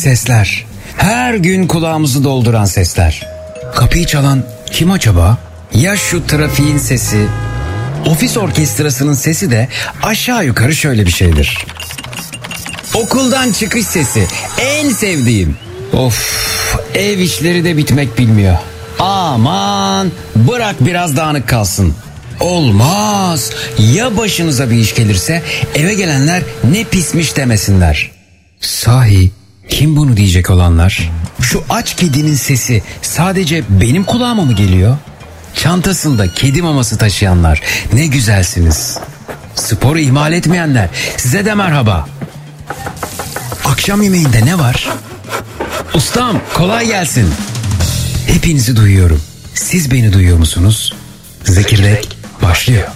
sesler. Her gün kulağımızı dolduran sesler. Kapıyı çalan kim acaba? Ya şu trafiğin sesi, ofis orkestrasının sesi de aşağı yukarı şöyle bir şeydir. Okuldan çıkış sesi, en sevdiğim. Of, ev işleri de bitmek bilmiyor. Aman, bırak biraz dağınık kalsın. Olmaz. Ya başınıza bir iş gelirse eve gelenler ne pismiş demesinler. Sahi kim bunu diyecek olanlar? Şu aç kedinin sesi sadece benim kulağıma mı geliyor? Çantasında kedi maması taşıyanlar ne güzelsiniz. Sporu ihmal etmeyenler size de merhaba. Akşam yemeğinde ne var? Ustam kolay gelsin. Hepinizi duyuyorum. Siz beni duyuyor musunuz? Zekirdek başlıyor.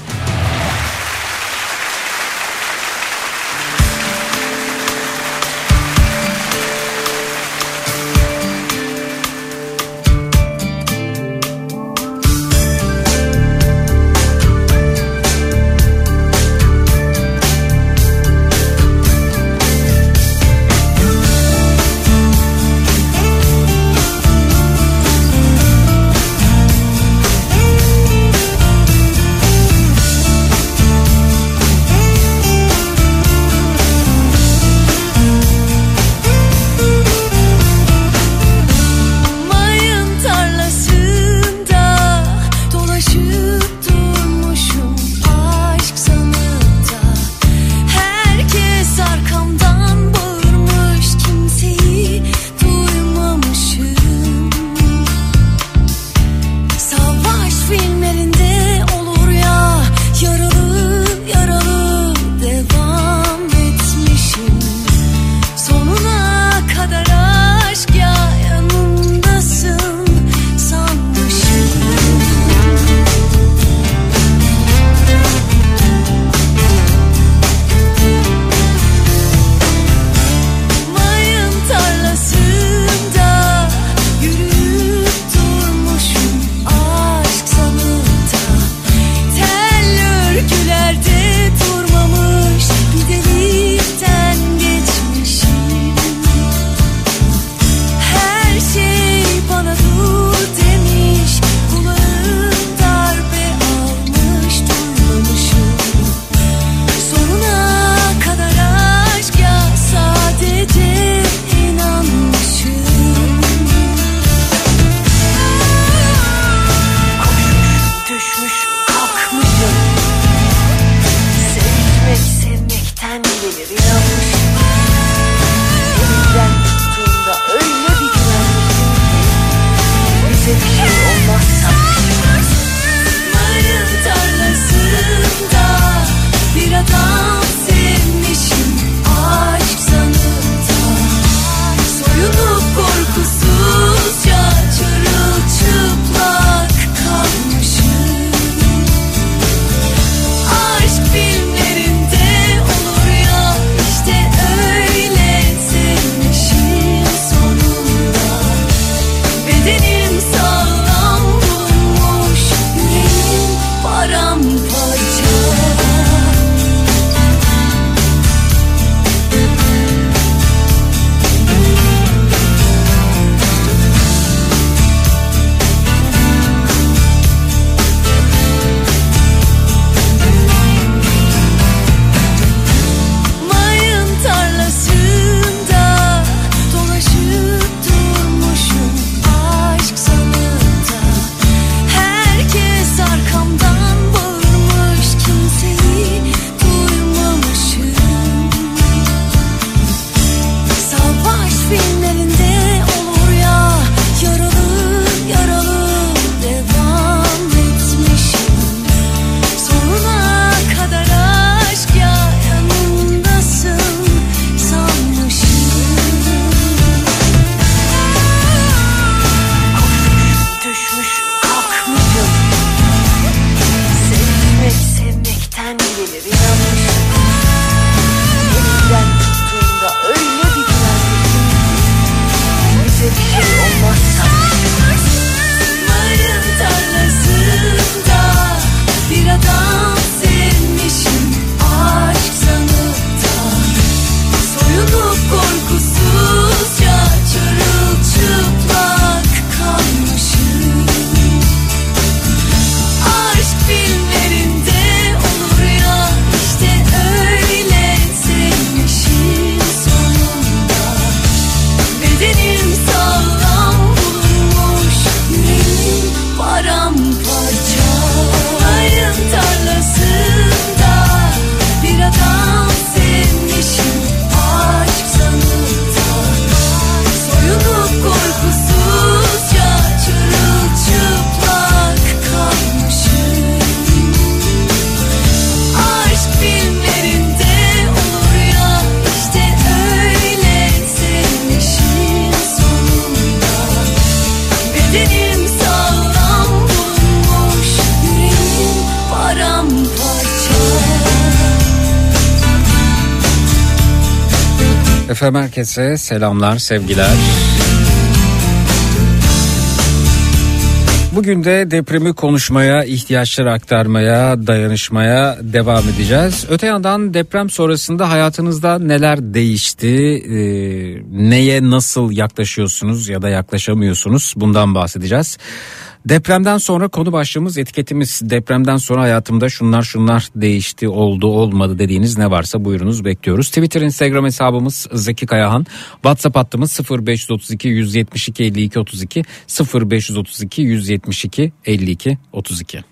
FM herkese selamlar, sevgiler. Bugün de depremi konuşmaya, ihtiyaçları aktarmaya, dayanışmaya devam edeceğiz. Öte yandan deprem sonrasında hayatınızda neler değişti, neye nasıl yaklaşıyorsunuz ya da yaklaşamıyorsunuz, bundan bahsedeceğiz. Depremden sonra konu başlığımız, etiketimiz, depremden sonra hayatımda şunlar değişti, oldu, olmadı dediğiniz ne varsa buyurunuz, bekliyoruz. Twitter, Instagram hesabımız Zeki Kayahan. WhatsApp hattımız 0532 172 52 32 0532 172 52 32.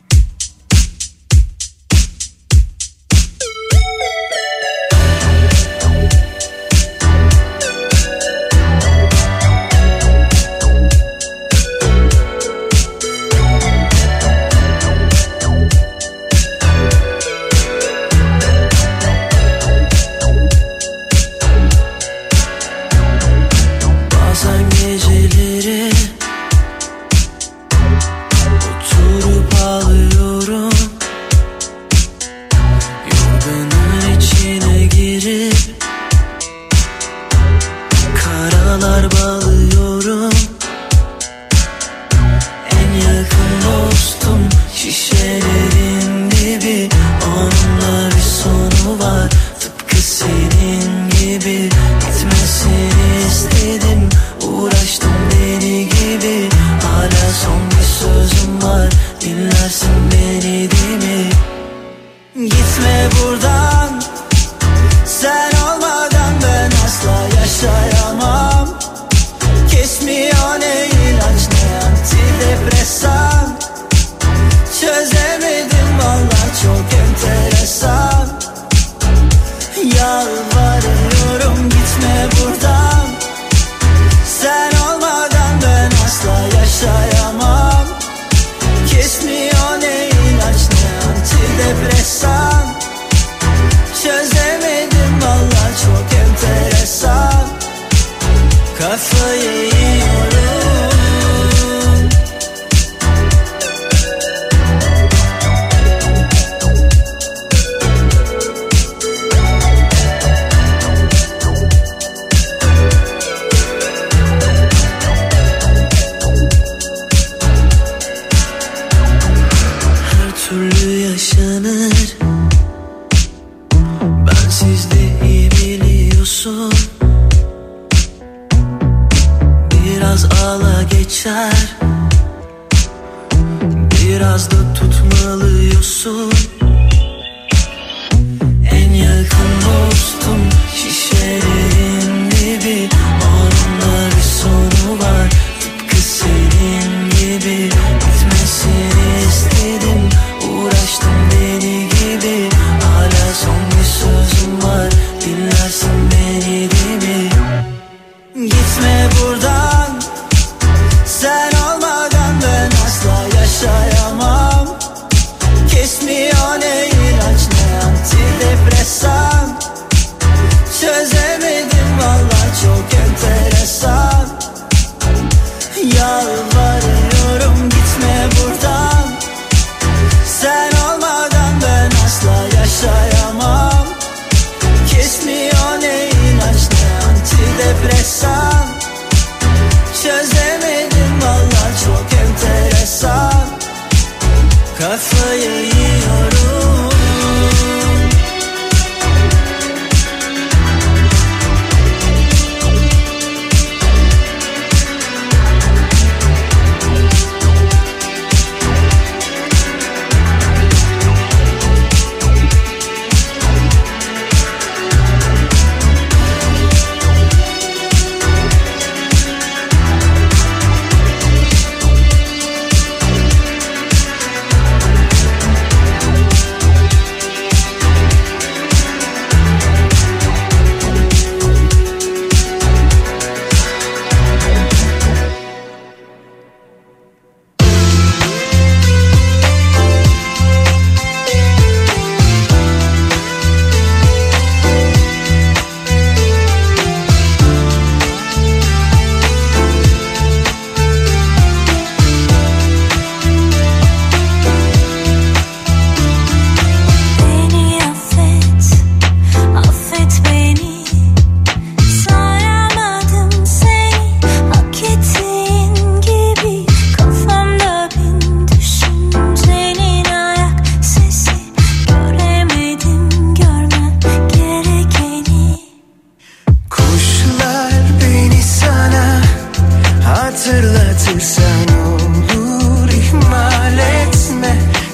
Hatırlatırsan olur, ihmal etme.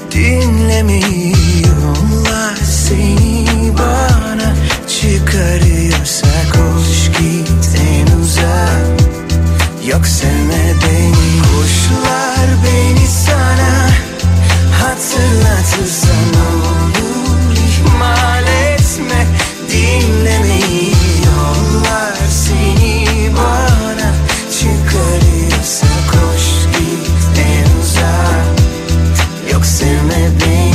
Dinlemiyorlar seni, bana çıkarıyorsa koş git en uzak. Yok sevme beni, kuşlar beni sana. Hatırlatırsan olur, ihmal etme. Dinlemiyorlar seni, bana çıkarıyorsa koş git en uzak. Yok sevme beni.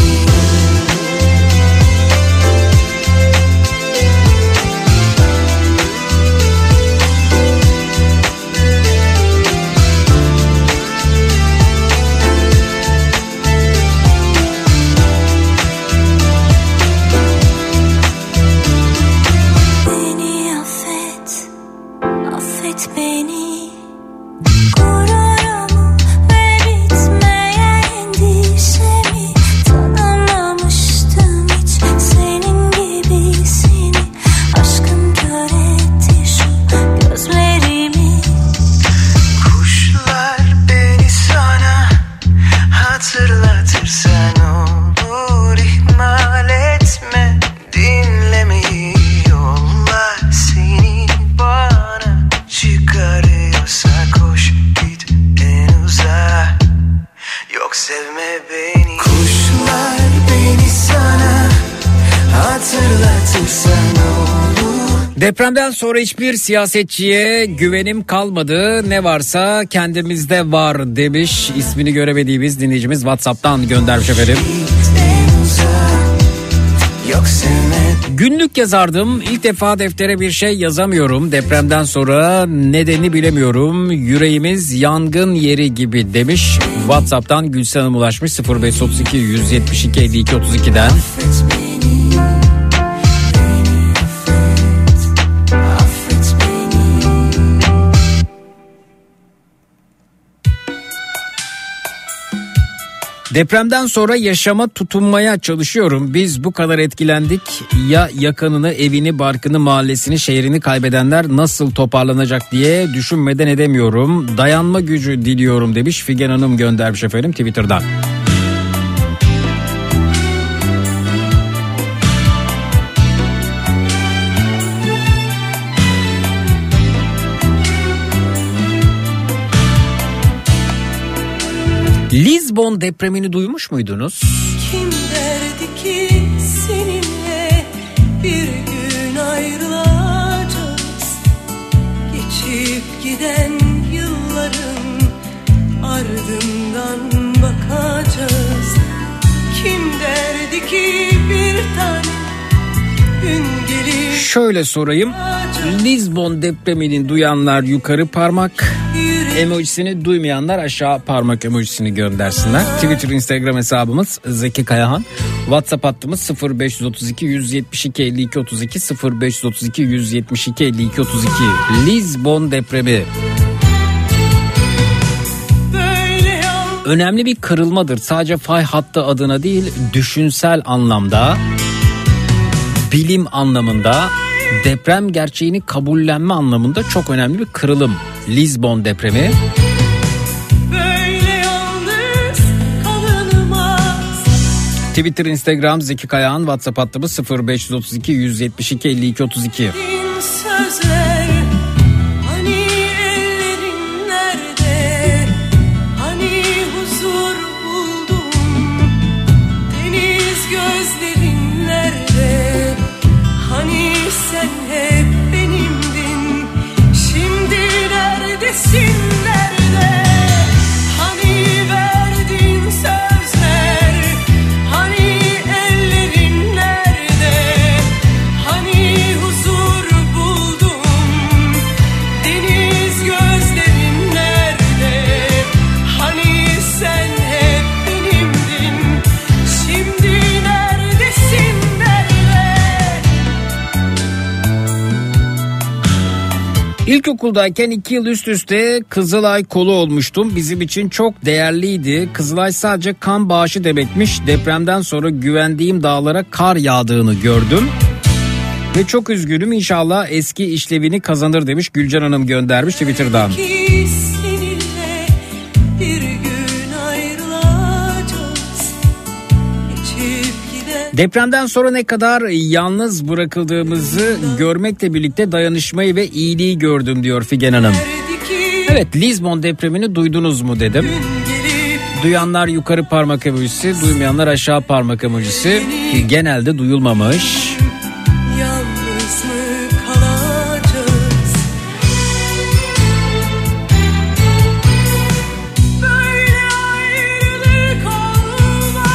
Depremden sonra hiçbir siyasetçiye güvenim kalmadı. Ne varsa kendimizde var demiş. İsmini göremediğimiz dinleyicimiz WhatsApp'tan göndermiş efendim. Günlük yazardım. İlk defa deftere bir şey yazamıyorum. Depremden sonra nedeni bilemiyorum. Yüreğimiz yangın yeri gibi demiş. WhatsApp'tan Gülsen Hanım ulaşmış 0532 172 52 32'den. Depremden sonra yaşama tutunmaya çalışıyorum. Biz bu kadar etkilendik. Ya yakınını, evini, barkını, mahallesini, şehrini kaybedenler nasıl toparlanacak diye düşünmeden edemiyorum. Dayanma gücü diliyorum demiş. Figen Hanım göndermiş efendim Twitter'dan. Lizbon depremini duymuş muydunuz? Kim derdi ki seninle bir gün ayrılacağız? Geçip giden yılların ardından bakacağız. Kim derdi ki bir tane gün gelir? Şöyle sorayım. Lizbon depremini duyanlar yukarı parmak emojisini, duymayanlar aşağı parmak emojisini göndersinler. Twitter, Instagram hesabımız Zeki Kayahan. WhatsApp hattımız 0532 172 52 32 0532 172 52 32. Lizbon depremi önemli bir kırılmadır. Sadece fay hattı adına değil, düşünsel anlamda, bilim anlamında, deprem gerçeğini kabullenme anlamında çok önemli bir kırılım. Lizbon depremi. Twitter, Instagram Zeki Kayağan, WhatsApp hattımız 0532 172 52 32. Sözler, hani ellerin nerede? Hani huzur buldum? Deniz gözlerin nerede? Hani sen hep benimdin. Şimdi neredesin, nerede? Hani verdiğin sözler? Hani ellerin nerede? Hani huzur buldum? Deniz gözlerin nerede? Hani sen hep benimdin. Şimdi neredesin, nerede? İlkokuldayken 2 yıl üst üste Kızılay kolu olmuştum. Bizim için çok değerliydi. Kızılay sadece kan bağışı demekmiş. Depremden sonra güvendiğim dağlara kar yağdığını gördüm. Ve çok üzgünüm, inşallah eski işlevini kazanır demiş. Gülcan Hanım göndermiş Twitter'dan. Ki seninle Depremden sonra ne kadar yalnız bırakıldığımızı görmekle birlikte dayanışmayı ve iyiliği gördüm diyor Figen Hanım. Evet, Lizbon depremini duydunuz mu dedim. Duyanlar yukarı parmak emojisi, duymayanlar aşağı parmak emojisi. Ki genelde duyulmamış. Yalnız mı kalacağız? Böyle ayrılık olmaz.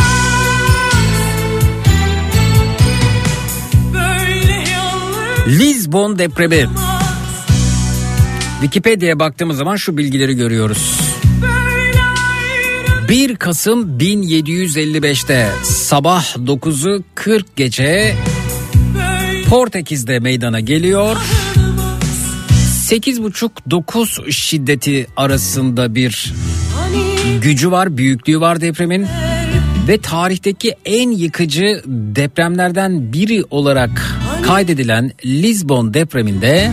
Böyle yalnız Lizbon depremi. olmaz. Wikipedia'ya baktığımız zaman şu bilgileri görüyoruz. Böyle ayrılık 1 Kasım 1755'te sabah 9'u 40 geçe böyle Portekiz'de meydana geliyor. olmaz. 8,5-9 şiddeti arasında bir Hani gücü var, büyüklüğü var depremin. Ve tarihteki en yıkıcı depremlerden biri olarak kaydedilen Lizbon depreminde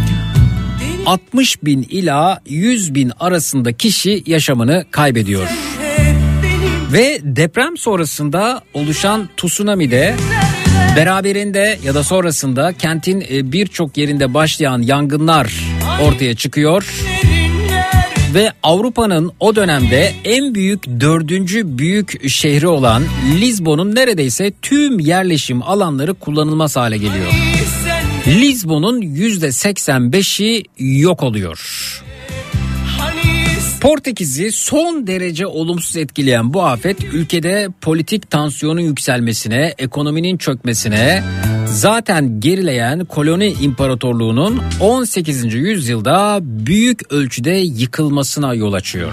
60 bin ila 100 bin arasında kişi yaşamını kaybediyor. hep benim Ve deprem sonrasında oluşan tsunami'de beraberinde ya da sonrasında kentin birçok yerinde başlayan yangınlar ortaya çıkıyor. derinler. Ve Avrupa'nın o dönemde en büyük 4. büyük şehri olan Lizbon'un neredeyse tüm yerleşim alanları kullanılmaz hale geliyor. Sen Lizbon'un %85'i yok oluyor. hani Portekiz'i son derece olumsuz etkileyen bu afet ülkede politik tansiyonun yükselmesine, ekonominin çökmesine, zaten gerileyen koloni imparatorluğunun 18. yüzyılda büyük ölçüde yıkılmasına yol açıyor.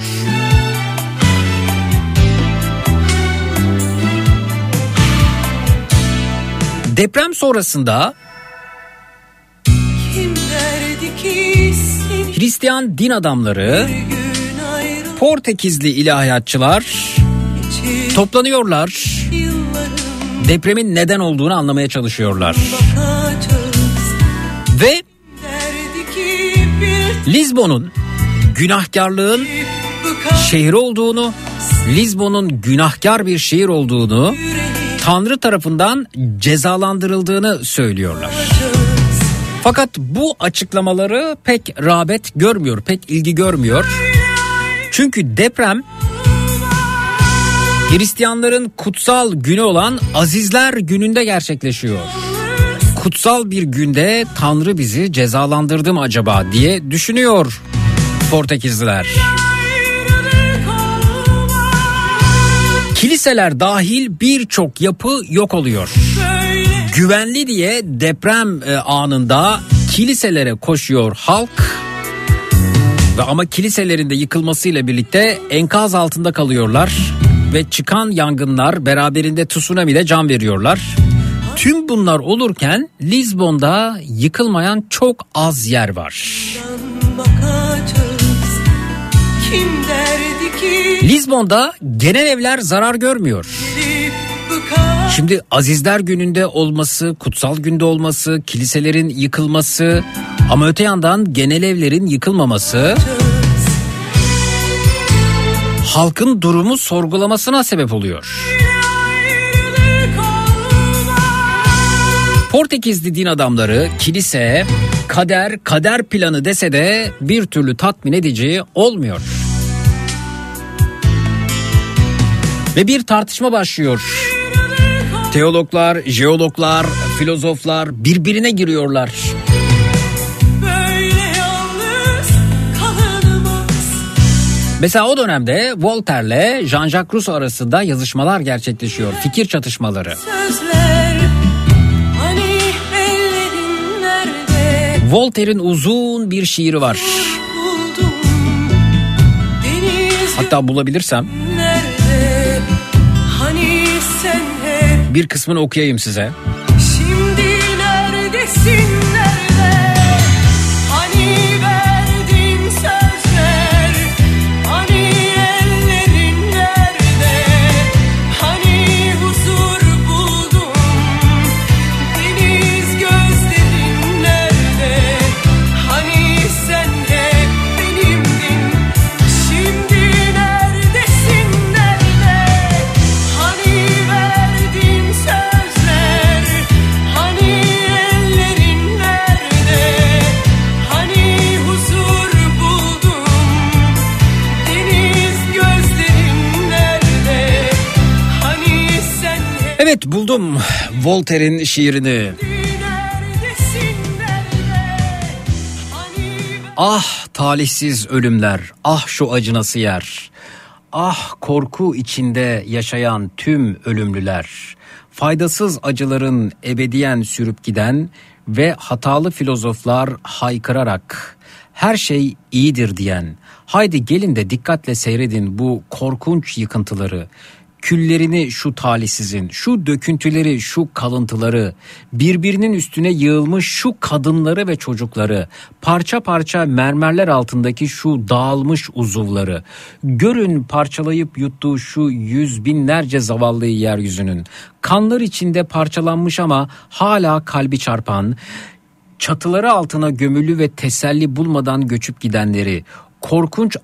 Deprem sonrasında kim derdi ki seni Hristiyan din adamları, gün ayrılık Portekizli ilahiyatçılar için toplanıyorlar. yıllarım Depremin neden olduğunu anlamaya çalışıyorlar. bakacağız. Ve Derdi ki bir Lizbon'un günahkarlığın tip bıkar şehri olduğunu, Lizbon'un günahkar bir şehir olduğunu, yüreği Tanrı tarafından cezalandırıldığını söylüyorlar. açacağız. Fakat bu açıklamaları pek rağbet görmüyor, pek ilgi görmüyor. Çünkü deprem Hristiyanların kutsal günü olan Azizler Günü'nde gerçekleşiyor. Kutsal bir günde Tanrı bizi cezalandırdı mı acaba diye düşünüyor Portekizliler. Ayrılık olmaz. Kiliseler dahil birçok yapı yok oluyor. Böyle Güvenli diye deprem anında kiliselere koşuyor halk. Ve ama kiliselerin de yıkılmasıyla birlikte enkaz altında kalıyorlar. Ve çıkan yangınlar beraberinde tsunami'de can veriyorlar. Tüm bunlar olurken Lizbon'da yıkılmayan çok az yer var. bakacağız. Kim derdi ki Lizbon'da genel evler zarar görmüyor. tip bıkar Şimdi Azizler Günü'nde olması, kutsal günde olması, kiliselerin yıkılması ama öte yandan genel evlerin yıkılmaması halkın durumu sorgulamasına sebep oluyor. ayrılık olmaz. Portekizli din adamları kilise, kader planı dese de bir türlü tatmin edici olmuyor. Ve bir tartışma başlıyor. Teologlar, jeologlar, filozoflar birbirine giriyorlar. Böyle yalnız kalınmaz. Mesela o dönemde Voltaire'le Jean-Jacques Rousseau arasında yazışmalar gerçekleşiyor. Fikir çatışmaları. Sözler hani ellerin nerede Voltaire'in uzun bir şiiri var. buldum. Deniz Hatta bulabilirsem nerede hani sen hep bir kısmını okuyayım size. şimdi neredesin nerede hani verdiğin sözler hani ellerin nerede hani huzur buldum deniz gözlerin nerede hani sen hep benimdin şimdi neredesin nerede hani verdiğin sözler Evet, buldum Voltaire'in şiirini. Ah talihsiz ölümler, ah şu acı nasıl yer. Ah korku içinde yaşayan tüm ölümlüler. Faydasız acıların ebediyen sürüp giden ve hatalı filozoflar haykırarak her şey iyidir diyen. Haydi gelin de dikkatle seyredin bu korkunç yıkıntıları. Küllerini şu talihsizin, şu döküntüleri, şu kalıntıları, birbirinin üstüne yığılmış şu kadınları ve çocukları, parça parça mermerler altındaki şu dağılmış uzuvları, görün parçalayıp yuttuğu şu yüz binlerce zavallıyı yeryüzünün, kanlar içinde parçalanmış ama hala kalbi çarpan, çatıları altına gömülü ve teselli bulmadan göçüp gidenleri, korkunç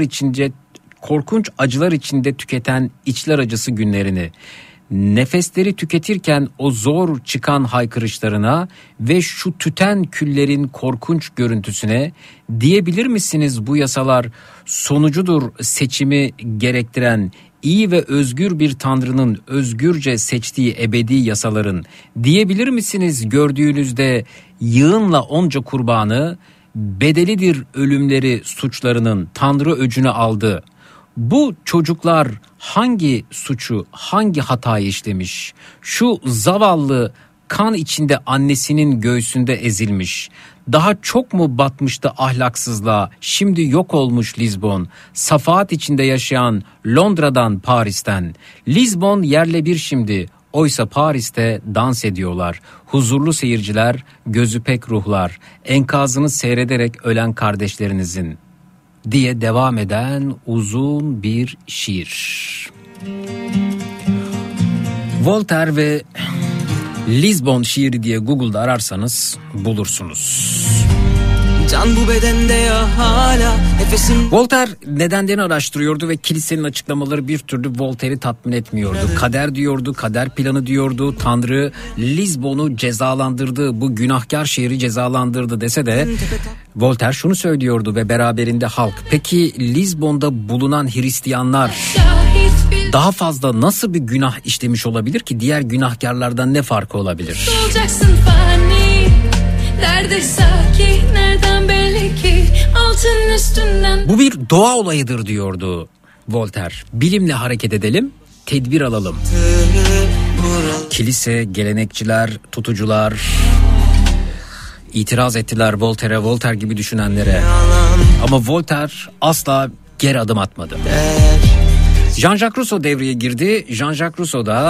acılar içinde tüketen içler acısı günlerini, nefesleri tüketirken o zor çıkan haykırışlarına ve şu tüten küllerin korkunç görüntüsüne diyebilir misiniz bu yasalar sonucudur seçimi gerektiren iyi ve özgür bir tanrının özgürce seçtiği ebedi yasaların, diyebilir misiniz gördüğünüzde yığınla onca kurbanı, bedelidir ölümleri suçlarının tanrı öcünü aldı. Bu çocuklar hangi suçu, hangi hatayı işlemiş? Şu zavallı kan içinde annesinin göğsünde ezilmiş. Daha çok mu batmıştı ahlaksızlığa? Şimdi yok olmuş Lizbon. Safahat içinde yaşayan Londra'dan Paris'ten. Lizbon yerle bir şimdi. Oysa Paris'te dans ediyorlar. Huzurlu seyirciler, gözü pek ruhlar. Enkazını seyrederek ölen kardeşlerinizin. Diye devam eden uzun bir şiir. Voltaire ve Lizbon şiiri diye Google'da ararsanız bulursunuz. Can bu bedende ya hala nefesim. Voltaire nedenlerini araştırıyordu ve kilisenin açıklamaları bir türlü Voltaire'i tatmin etmiyordu. Kader diyordu, kader planı diyordu. Tanrı Lizbon'u cezalandırdı, bu günahkar şehri cezalandırdı dese de Voltaire şunu söylüyordu ve beraberinde halk. Peki Lizbon'da bulunan Hristiyanlar daha fazla nasıl bir günah işlemiş olabilir ki? Diğer günahkarlardan ne farkı olabilir? Olacaksın fani, nerede sakin, nereden belli ki altın üstünden. Bu bir doğa olayıdır diyordu Voltaire. Bilimle hareket edelim, tedbir alalım. Kilise, gelenekçiler, tutucular itiraz ettiler Voltaire'e, Voltaire gibi düşünenlere. Ama Voltaire asla geri adım atmadı. Jean-Jacques Rousseau devreye girdi. Jean-Jacques Rousseau da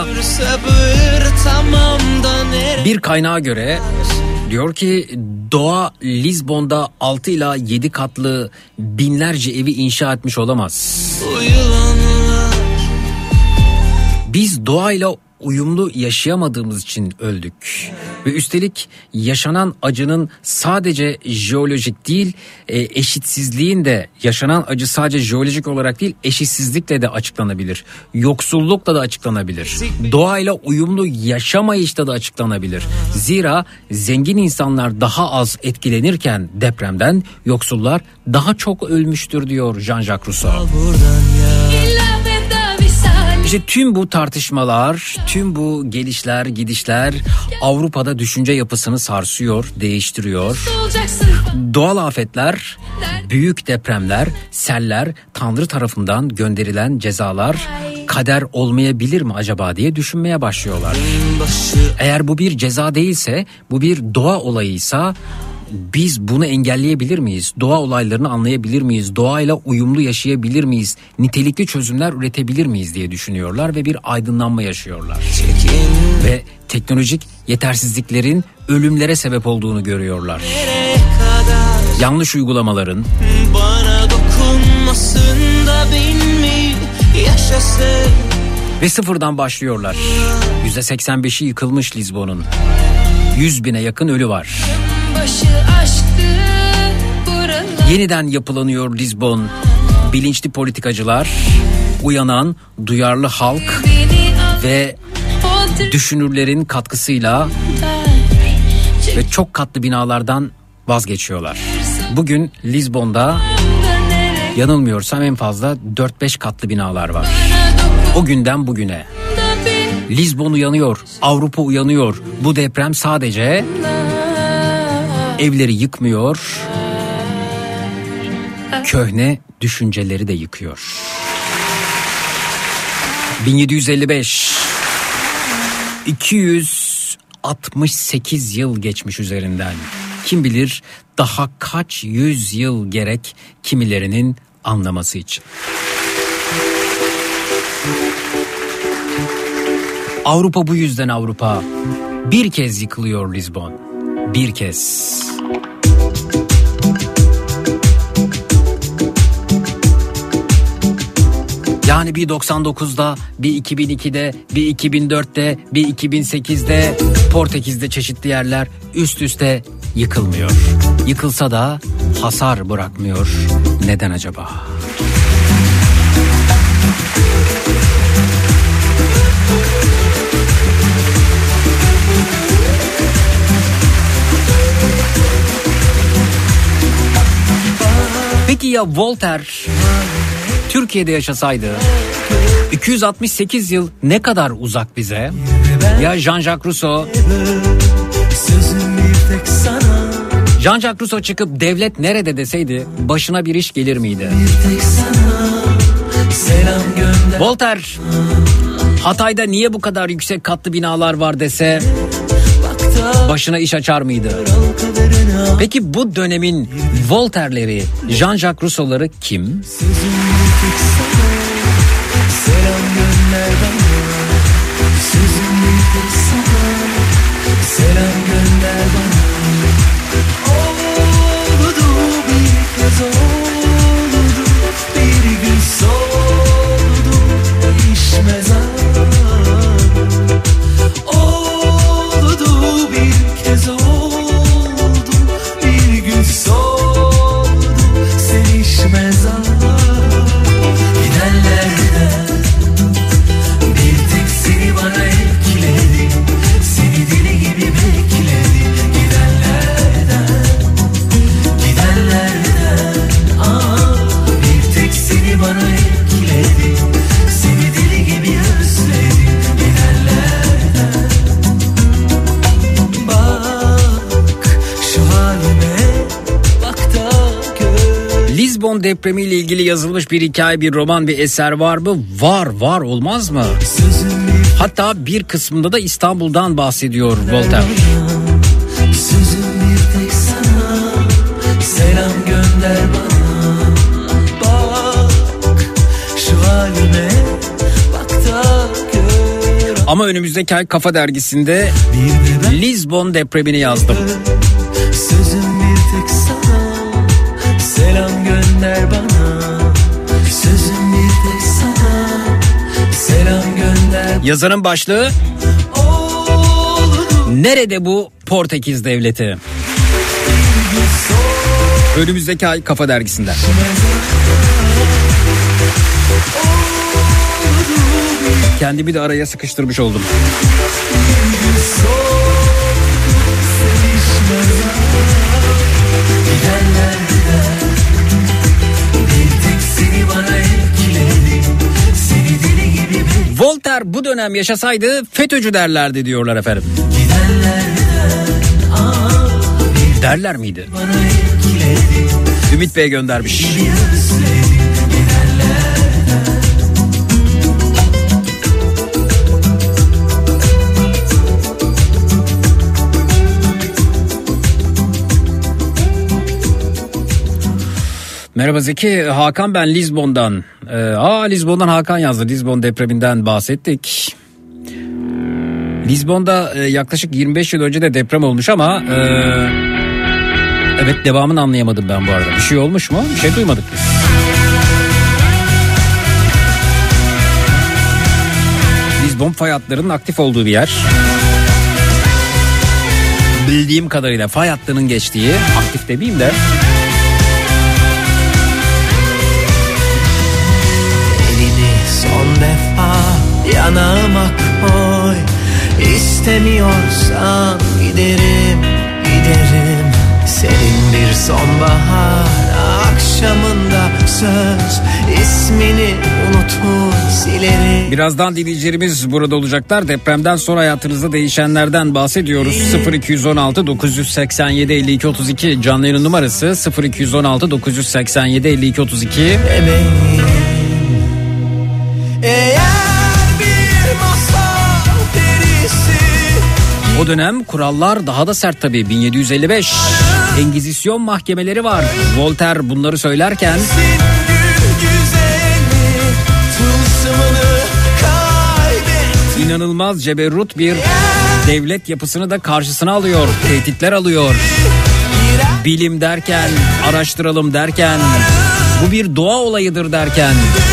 bir kaynağa göre diyor ki doğa Lizbon'da 6 ila 7 katlı binlerce evi inşa etmiş olamaz. Biz doğayla uyumlu yaşayamadığımız için öldük. Ve üstelik yaşanan acının sadece jeolojik değil, eşitsizliğin de, yaşanan acı sadece jeolojik olarak değil, eşitsizlikle de açıklanabilir. Yoksullukla da açıklanabilir. Doğayla uyumlu yaşamayışla da açıklanabilir. Zira zengin insanlar daha az etkilenirken depremden, yoksullar daha çok ölmüştür diyor Jean-Jacques Rousseau. İşte tüm bu tartışmalar, tüm bu gelişler, gidişler Avrupa'da düşünce yapısını sarsıyor, değiştiriyor. Doğal afetler, büyük depremler, seller, Tanrı tarafından gönderilen cezalar kader olmayabilir mi acaba diye düşünmeye başlıyorlar. Eğer bu bir ceza değilse, bu bir doğa olayıysa biz bunu engelleyebilir miyiz? Doğa olaylarını anlayabilir miyiz? Doğayla uyumlu yaşayabilir miyiz? Nitelikli çözümler üretebilir miyiz diye düşünüyorlar ve bir aydınlanma yaşıyorlar. Ve teknolojik yetersizliklerin ölümlere sebep olduğunu görüyorlar. Yanlış uygulamaların, bana dokunmasın da bin mi yaşasın. Ve sıfırdan başlıyorlar. %85'i yıkılmış Lizbon'un. 100.000'e yakın ölü var. Yeniden yapılanıyor Lizbon. Bilinçli politikacılar, uyanan, duyarlı halk ve düşünürlerin katkısıyla ve çok katlı binalardan vazgeçiyorlar. Bugün Lizbon'da yanılmıyorsam en fazla 4-5 katlı binalar var. O günden bugüne. Lizbon uyanıyor, Avrupa uyanıyor. Bu deprem sadece evleri yıkmıyor, köhne düşünceleri de yıkıyor. 1755, 268 yıl geçmiş üzerinden. Kim bilir daha kaç yüzyıl gerek kimilerinin anlaması için. Avrupa bu yüzden Avrupa. Bir kez yıkılıyor Lizbon. Bir kez. Yani bir 99'da, bir 2002'de, bir 2004'te, bir 2008'de, Portekiz'de çeşitli yerler üst üste yıkılmıyor. Yıkılsa da hasar bırakmıyor. Neden acaba? Peki ya Voltaire Türkiye'de yaşasaydı 268 yıl ne kadar uzak bize? Ya Jean-Jacques Rousseau? Jean-Jacques Rousseau çıkıp devlet nerede deseydi başına bir iş gelir miydi? Voltaire Hatay'da niye bu kadar yüksek katlı binalar var dese başına iş açar mıydı? Peki bu dönemin Voltaire'leri, Jean-Jacques Rousseau'ları kim? Lizbon depremiyle ilgili yazılmış bir hikaye, bir roman, bir eser var mı? Var olmaz mı? Hatta bir kısmında da İstanbul'dan bahsediyor Voltaire. Sözüm bir tek sana, selam gönder bana. Bak şu halime, bak da gör. Ama önümüzdeki ay Kafa Dergisi'nde Lizbon depremini yazdım. Sözüm bir tek sana, selam gönder bana. Sözüm bir tek sana, selam gönder. Yazarın başlığı Nerede bu Portekiz devleti? Önümüzdeki ay Kafa Dergisi'nde. Kendimi de araya sıkıştırmış oldum. Voltaire bu dönem yaşasaydı FETÖ'cü derlerdi diyorlar efendim. Derler miydi? Ümit Bey göndermiş. Merhaba Zeki, Hakan ben Lizbon'dan. Lizbon'dan Hakan yazdı. Lizbon depreminden bahsettik. Lizbon'da yaklaşık 25 yıl önce de deprem olmuş ama evet, devamını anlayamadım ben bu arada. Bir şey olmuş mu? Bir şey duymadık biz. Lizbon fay hatlarının aktif olduğu bir yer. Bildiğim kadarıyla fay hattının geçtiği, aktif demeyeyim de. Son defa yanağıma koy. İstemiyorsan giderim. Senin bir sonbahar akşamında söz, ismini unutur silerim. Birazdan dinleyicilerimiz burada olacaklar. Depremden sonra hayatınızda değişenlerden bahsediyoruz. 0216 987 52 32 canlı yayın numarası 0216 987 52 32. Bebeğim, eğer bir masal perisi. O dönem kurallar daha da sert tabii. 1755 Engizisyon mahkemeleri var. Voltaire bunları söylerken inanılmaz ceberrut bir devlet yapısını da karşısına alıyor. Tehditler alıyor. Bilim derken, araştıralım derken, bu bir doğa olayıdır derken.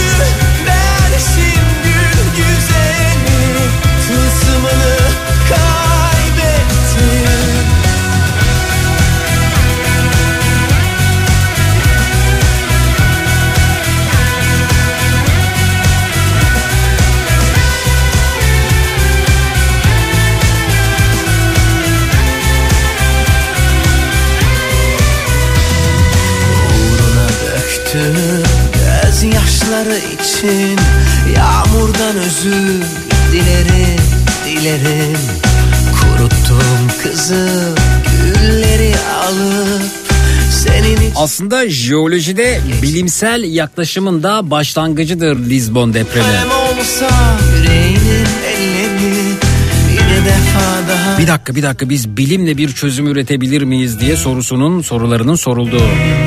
Gözyaşları için yağmurdan özür dilerim. Kuruttum kızı gülleri alıp senin için. Aslında jeolojide bilimsel yaklaşımın da başlangıcıdır Lizbon depremi. Olsa yüreğinin elleri bir defa daha. Bir dakika biz bilimle bir çözüm üretebilir miyiz diye sorularının sorulduğu.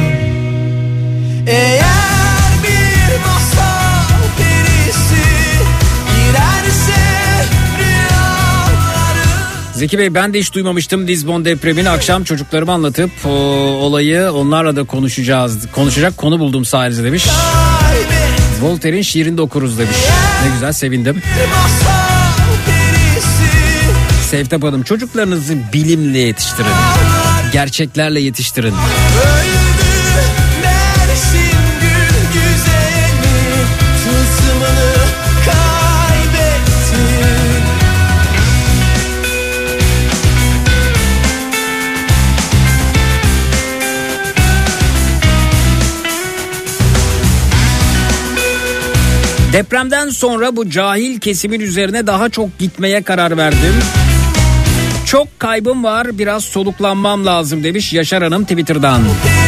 Eğer bir masal perisi girerse rüyaları. Zeki Bey, ben de hiç duymamıştım Lizbon depremini. Akşam çocuklarıma anlatıp olayı onlarla da konuşacak konu buldum sayenizde demiş. Voltaire'in şiirini de okuruz demiş. Ne güzel, sevindim. Sevtap Hanım, çocuklarınızı bilimle yetiştirin. Gerçeklerle yetiştirin. Depremden sonra bu cahil kesimin üzerine daha çok gitmeye karar verdim. Çok kaybım var, biraz soluklanmam lazım demiş Yaşar Hanım Twitter'dan.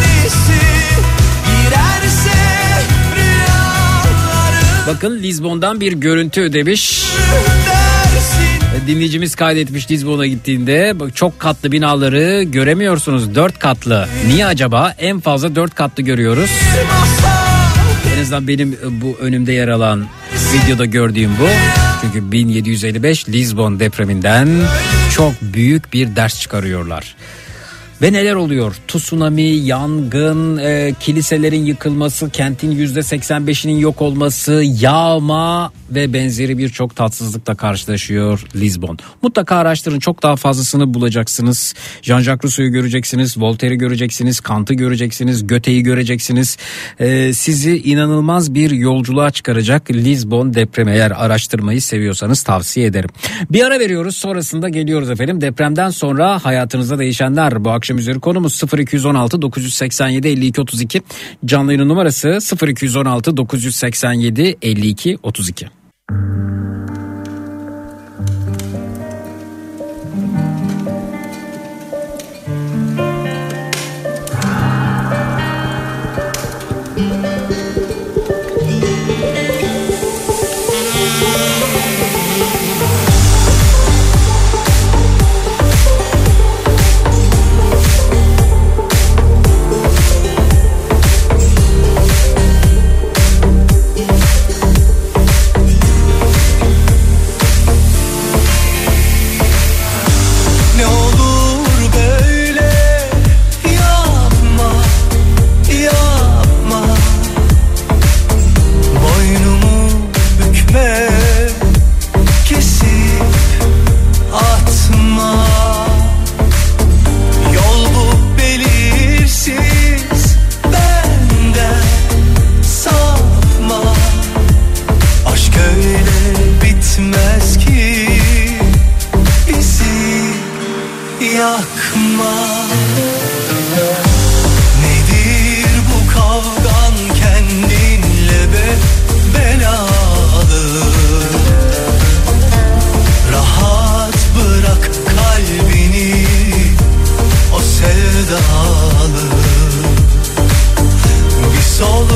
Bakın Lizbon'dan bir görüntü demiş. Dinleyicimiz kaydetmiş, Lizbon'a gittiğinde çok katlı binaları göremiyorsunuz, 4 katlı. Niye acaba? En fazla 4 katlı görüyoruz. En azından benim bu önümde yer alan videoda gördüğüm bu. Çünkü 1755 Lizbon depreminden çok büyük bir ders çıkarıyorlar. Ve neler oluyor? Tsunami, yangın, kiliselerin yıkılması, kentin %85'inin yok olması, yağma ve benzeri birçok tatsızlıkla karşılaşıyor Lizbon. Mutlaka araştırın, çok daha fazlasını bulacaksınız. Jean-Jacques Rousseau'yu göreceksiniz, Voltaire'i göreceksiniz, Kant'ı göreceksiniz, Goethe'yi göreceksiniz. Sizi inanılmaz bir yolculuğa çıkaracak Lizbon depremi. Eğer araştırmayı seviyorsanız tavsiye ederim. Bir ara veriyoruz, sonrasında geliyoruz efendim. Depremden sonra hayatınızda değişenler, bu akşam üzeri konumuz 0216 987 52 32. Canlı yayın numarası 0216 987 52 32.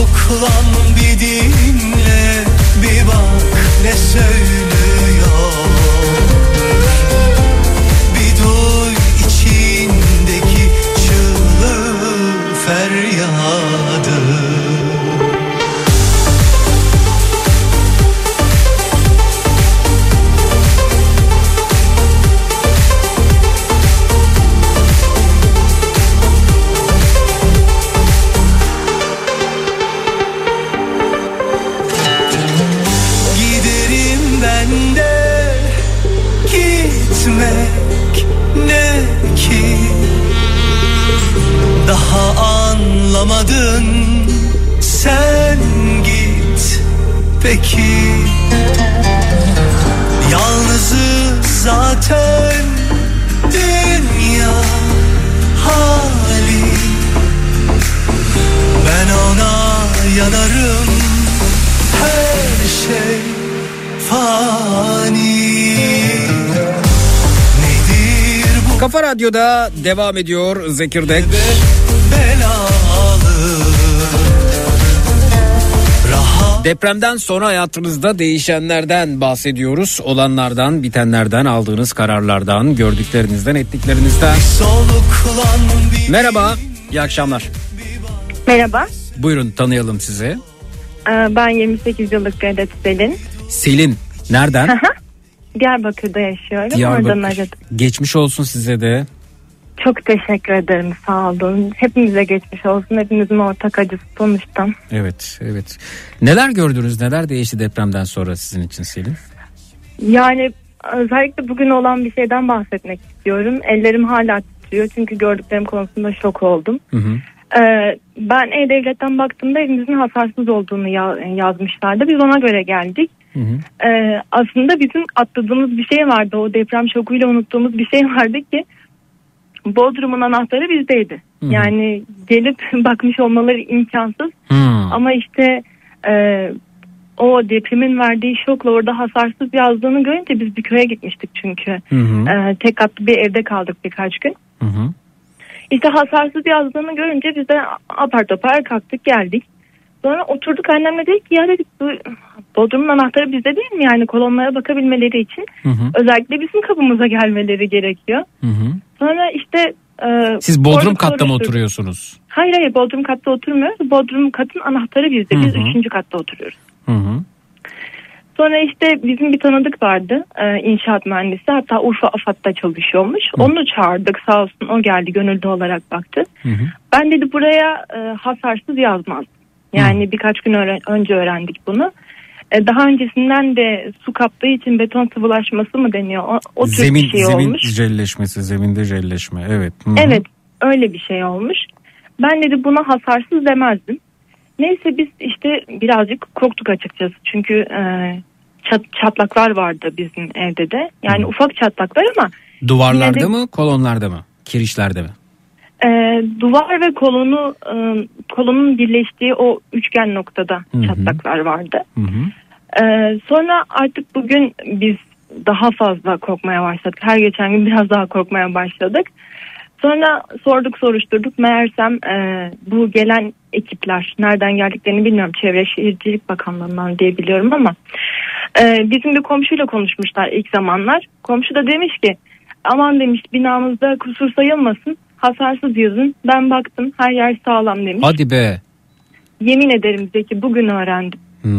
soluklan bir dinle, bir bak ne söylüyor. Bir duy içindeki çığlığı, feryadı. Gitmek ne ki, daha anlamadın, sen git peki. Yalnızız zaten, dünya hali, ben ona yanarım, her şey fani. Kafa Radyo'da devam ediyor Zekirdek. Depremden sonra hayatınızda değişenlerden bahsediyoruz. Olanlardan, bitenlerden, aldığınız kararlardan, gördüklerinizden, ettiklerinizden. Merhaba, iyi akşamlar. Merhaba. Buyurun, tanıyalım sizi. Ben 28 yıllık Gadet Selin. Selin, nereden? Diyarbakır'da yaşıyorum. Diyarbakır. Oradan aradım. Geçmiş olsun size de. Çok teşekkür ederim, sağ olun. Hepimize geçmiş olsun. Hepimizin ortak acısı sonuçta. Evet, evet. Neler gördünüz, neler değişti depremden sonra sizin için Selin? Yani özellikle bugün olan bir şeyden bahsetmek istiyorum. Ellerim hala titriyor çünkü gördüklerim konusunda şok oldum. Hı hı. Ben E-Devlet'ten baktığımda evimizin hasarsız olduğunu yazmışlardı. Biz ona göre geldik. Hı hı. Aslında bizim atladığımız bir şey vardı. O deprem şokuyla unuttuğumuz bir şey vardı ki Bodrum'un anahtarı bizdeydi. Hı hı. Yani gelip bakmış olmaları imkansız. Hı. Ama işte o depremin verdiği şokla orada hasarsız yazdığını görünce biz bir köye gitmiştik çünkü. Hı hı. Tek katlı bir evde kaldık birkaç gün. Hı hı. İşte hasarsız yazdığını görünce biz de apar topar kalktık geldik. Sonra oturduk, annemle dedik ki ya dedik, bu Bodrum'un anahtarı bizde değil mi? Yani kolonlara bakabilmeleri için Hı hı. özellikle bizim kapımıza gelmeleri gerekiyor. Hı hı. Sonra işte siz Bodrum katta mı oturuyorsunuz? Hayır, Bodrum katta oturmuyoruz. Bodrum katın anahtarı bizde. Biz 3. katta oturuyoruz. Hı hı. Sonra işte bizim bir tanıdık vardı, inşaat mühendisi, hatta Urfa AFAD'da çalışıyormuş. Hı. Onu çağırdık, sağ olsun o geldi, gönüllü olarak baktı. Hı hı. Ben dedi buraya hasarsız yazmaz. Yani birkaç gün önce öğrendik bunu. Daha öncesinden de su kaptığı için beton sıvılaşması mı deniyor? O tür bir şey olmuş. Zemin jelleşmesi, zeminde jelleşme. Evet. Hı-hı. Evet, öyle bir şey olmuş. Ben dedi buna hasarsız demezdim. Neyse biz işte birazcık korktuk açıkçası. Çünkü çatlaklar vardı bizim evde de. Yani ufak çatlaklar ama. Duvarlarda mı, kolonlarda mı? Kirişlerde mi? Duvar ve kolonun birleştiği o üçgen noktada çatlaklar vardı. Hı hı. Sonra artık bugün biz daha fazla korkmaya başladık. Her geçen gün biraz daha korkmaya başladık. Sonra sorduk, soruşturduk. Meğersem bu gelen ekipler nereden geldiklerini bilmiyorum. Çevre Şehircilik Bakanlığı'ndan diye biliyorum ama bizim bir komşuyla konuşmuşlar ilk zamanlar. Komşu da demiş ki aman demiş, binamızda kusur sayılmasın, hasarsız yazın. Ben baktım, her yer sağlam demiş. Hadi be. Yemin ederim Zeki, bugün öğrendim.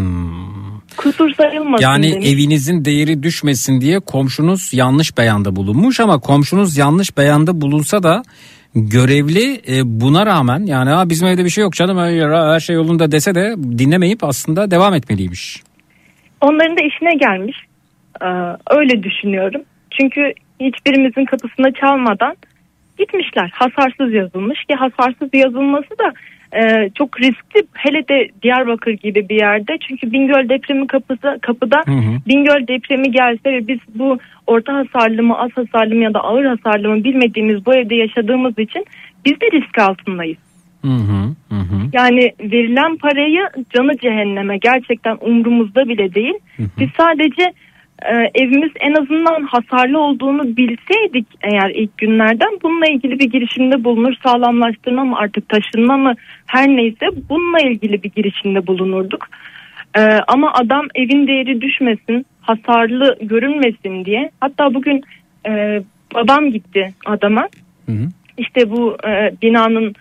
Kusur sayılmasın yani demiş. Evinizin değeri düşmesin diye komşunuz yanlış beyanda bulunmuş, ama komşunuz yanlış beyanda bulunsa da görevli buna rağmen, yani bizim evde bir şey yok canım, her şey yolunda dese de dinlemeyip aslında devam etmeliymiş. Onların da işine gelmiş. Öyle düşünüyorum. Çünkü hiçbirimizin kapısına çalmadan gitmişler. Hasarsız yazılmış ki hasarsız yazılması da çok riskli, hele de Diyarbakır gibi bir yerde. Çünkü Bingöl depremi kapıda. Hı hı. Bingöl depremi gelse ve biz bu orta hasarlı mı, az hasarlı mı ya da ağır hasarlı mı bilmediğimiz bu evde yaşadığımız için biz de risk altındayız. Hı hı, hı. Yani verilen parayı canı cehenneme, gerçekten umrumuzda bile değil. Hı hı. Biz sadece evimiz en azından hasarlı olduğunu bilseydik eğer ilk günlerden bununla ilgili bir girişimde bulunur, sağlamlaştırma mı artık taşınma mı her neyse bununla ilgili bir girişimde bulunurduk. Ama adam evin değeri düşmesin, hasarlı görünmesin diye, hatta bugün babam gitti adama. İşte bu binanın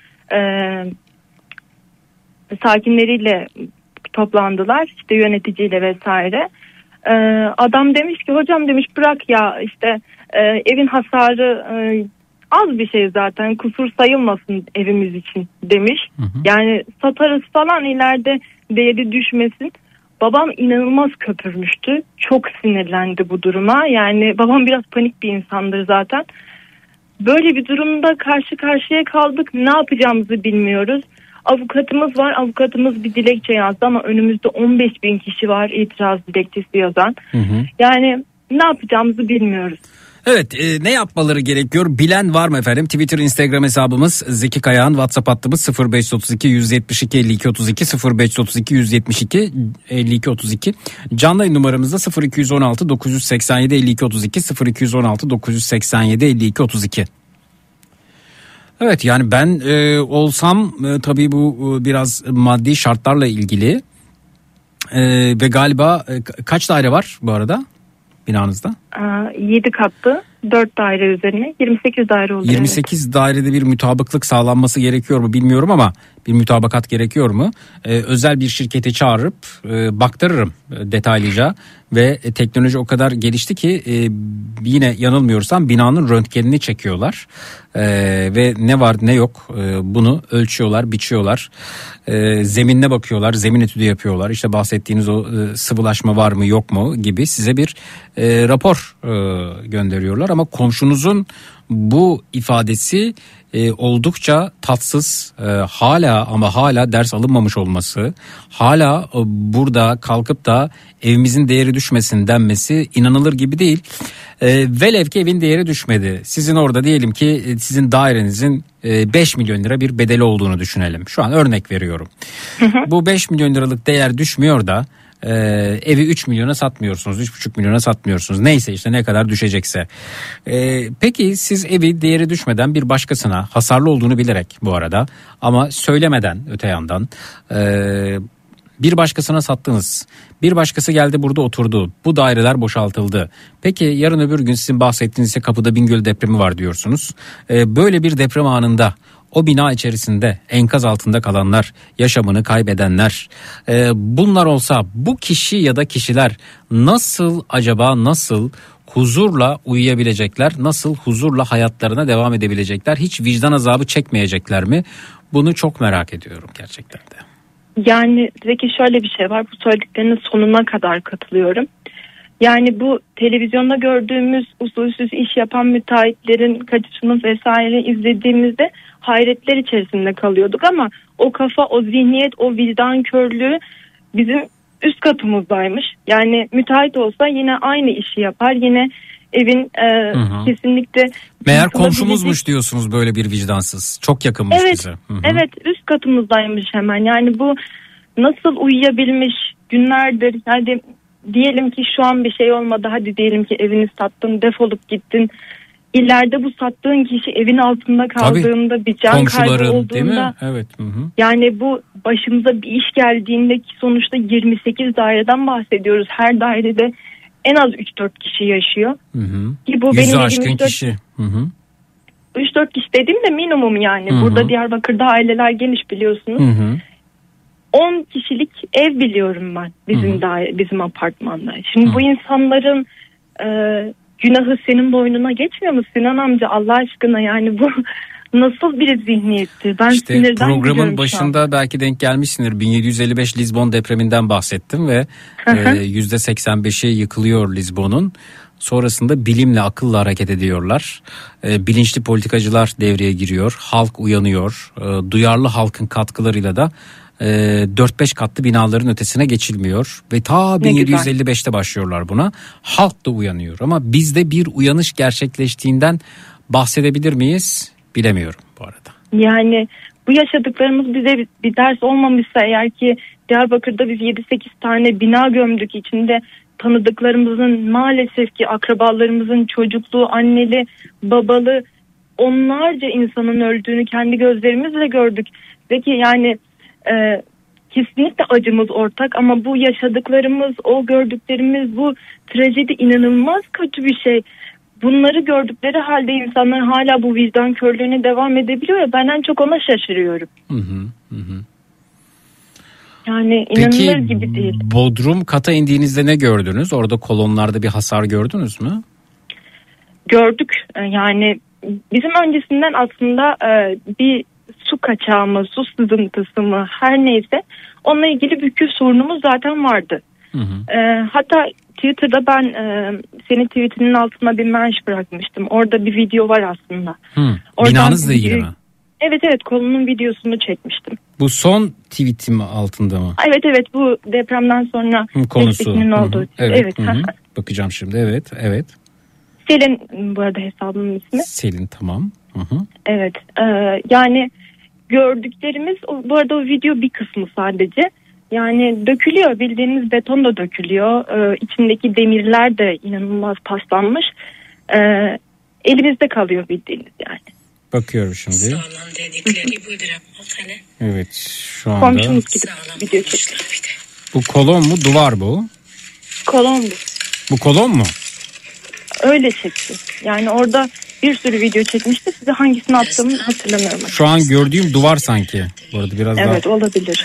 sakinleriyle toplandılar, işte yöneticiyle vesaire. Adam demiş ki hocam demiş bırak ya işte evin hasarı az bir şey zaten, kusur sayılmasın evimiz için demiş. Yani satarız falan, ileride değeri düşmesin. Babam inanılmaz köpürmüştü. Çok sinirlendi bu duruma. Yani babam biraz panik bir insandır zaten. Böyle bir durumda karşı karşıya kaldık. Ne yapacağımızı bilmiyoruz. Avukatımız var. Avukatımız bir dilekçe yazdı ama önümüzde 15.000 kişi var itiraz dilekçesi yazan. Yani ne yapacağımızı bilmiyoruz. Evet, ne yapmaları gerekiyor? Bilen var mı efendim? Twitter, Instagram hesabımız Zeki Kayağan, WhatsApp hattımız 0532 172 52 32 0532 172 52 32. Canlı yayın numaramız da 0216 987 52 32 0216 987 52 32. Evet, yani ben olsam tabii bu biraz maddi şartlarla ilgili ve galiba kaç daire var bu arada binanızda? 7 katlı 4 daire üzerine 28 daire oluyor. 28 dairede bir mutabıklık sağlanması gerekiyor mu bilmiyorum ama bir mutabakat gerekiyor mu? Özel bir şirketi çağırıp baktırırım detaylıca ve teknoloji o kadar gelişti ki yine yanılmıyorsam binanın röntgenini çekiyorlar ve ne var ne yok bunu ölçüyorlar, biçiyorlar, zeminine bakıyorlar, zemin etüdü yapıyorlar, işte bahsettiğiniz o sıvılaşma var mı yok mu gibi size bir rapor gönderiyorlar ama komşunuzun bu ifadesi oldukça tatsız, hala ders alınmamış olması, hala burada kalkıp da evimizin değeri düşmesin denmesi inanılır gibi değil. Velev ki evin değeri düşmedi. Sizin orada diyelim ki sizin dairenizin 5 milyon lira bir bedeli olduğunu düşünelim. Şu an örnek veriyorum. Bu 5 milyon liralık değer düşmüyor da evi 3 milyona satmıyorsunuz, 3,5 milyona satmıyorsunuz. Neyse işte ne kadar düşecekse. Peki siz evi değeri düşmeden bir başkasına, hasarlı olduğunu bilerek bu arada ama söylemeden öte yandan bir başkasına sattınız. Bir başkası geldi burada oturdu. Bu daireler boşaltıldı. Peki yarın öbür gün sizin bahsettiğiniz kapıda Bingöl depremi var diyorsunuz. Böyle bir deprem anında o bina içerisinde enkaz altında kalanlar, yaşamını kaybedenler, bunlar olsa bu kişi ya da kişiler nasıl huzurla uyuyabilecekler, nasıl huzurla hayatlarına devam edebilecekler, hiç vicdan azabı çekmeyecekler mi? Bunu çok merak ediyorum gerçekten de. Yani Zeki şöyle bir şey var, bu söylediklerinin sonuna kadar katılıyorum. Yani bu televizyonda gördüğümüz usulsüz iş yapan müteahhitlerin kaçışını vesaire izlediğimizde hayretler içerisinde kalıyorduk ama o kafa, o zihniyet, o vicdan körlüğü bizim üst katımızdaymış. Yani müteahhit olsa yine aynı işi yapar, yine evin kesinlikle... Meğer komşumuzmuş diyorsunuz böyle bir vicdansız. Çok yakınmış evet, bize. Evet, üst katımızdaymış hemen. Yani bu nasıl uyuyabilmiş günlerdir. Yani diyelim ki şu an bir şey olmadı. Hadi diyelim ki evini sattın, defolup gittin. İleride bu sattığın kişi evin altında kaldığında, tabii, bir can kaybı olduğunda, değil mi? Evet. Yani bu başımıza bir iş geldiğinde ki sonuçta 28 daireden bahsediyoruz. Her dairede en az 3-4 kişi yaşıyor. Ki bu benim aşkın kişi. 3-4 kişi dediğim de minimum yani. Burada Diyarbakır'da aileler geniş biliyorsunuz. 10 kişilik ev biliyorum ben bizim apartmanda. Şimdi bu insanların günahı senin boynuna geçmiyor mu Sinan amca, Allah aşkına? Yani bu nasıl bir zihniyettir? Ben işte sinirden programın başında belki denk gelmişsindir. 1755 Lizbon depreminden bahsettim ve %85'i yıkılıyor Lizbon'un. Sonrasında bilimle, akılla hareket ediyorlar. Bilinçli politikacılar devreye giriyor. Halk uyanıyor. Duyarlı halkın katkılarıyla da 4-5 katlı binaların ötesine geçilmiyor ve ta 1755'te başlıyorlar buna. Halk da uyanıyor ama bizde bir uyanış gerçekleştiğinden bahsedebilir miyiz bilemiyorum bu arada. Yani bu yaşadıklarımız bize bir ders olmamışsa eğer ki Diyarbakır'da biz 7-8 tane bina gömdük, içinde tanıdıklarımızın, maalesef ki akrabalarımızın çocukluğu, anneli, babalı onlarca insanın öldüğünü kendi gözlerimizle gördük. Ve ki yani kesinlikle acımız ortak ama bu yaşadıklarımız, o gördüklerimiz, bu trajedi inanılmaz kötü bir şey. Bunları gördükleri halde insanlar hala bu vicdan körlüğüne devam edebiliyor ya, ben en çok ona şaşırıyorum. Yani inanılır gibi değil. Peki Bodrum kata indiğinizde ne gördünüz? Orada kolonlarda bir hasar gördünüz mü? Gördük. Yani bizim öncesinden aslında bir su kaçağı mı, su sızıntısı mı her neyse onunla ilgili bir sorunumuz zaten vardı. Hatta Twitter'da ben senin tweetinin altına bir mention bırakmıştım. Orada bir video var aslında. Binanızla ilgili mi? Evet, kolonun videosunu çekmiştim. Bu son tweetim altında mı? Evet, bu depremden sonra konusu olduğu. Evet. Bakacağım şimdi. Evet. Selin bu arada hesabımın ismi. Selin, tamam. Evet. Yani gördüklerimiz bu arada o video bir kısmı sadece. Yani dökülüyor, bildiğiniz beton da dökülüyor. İçindeki demirler de inanılmaz paslanmış. Elimizde kalıyor bildiğiniz yani. Bakıyorum şimdi. Sağlam dedikleri budur. Evet, şu anda. Komşumuz gidip video çekiyor. Bu kolon mu, duvar bu? Kolon bu. Bu kolon mu? Öyle çekti. Yani orada bir sürü video çekmişti. Size hangisini attığımı hatırlamıyorum. Şu an gördüğüm duvar sanki. Bu arada biraz daha. Evet, olabilir.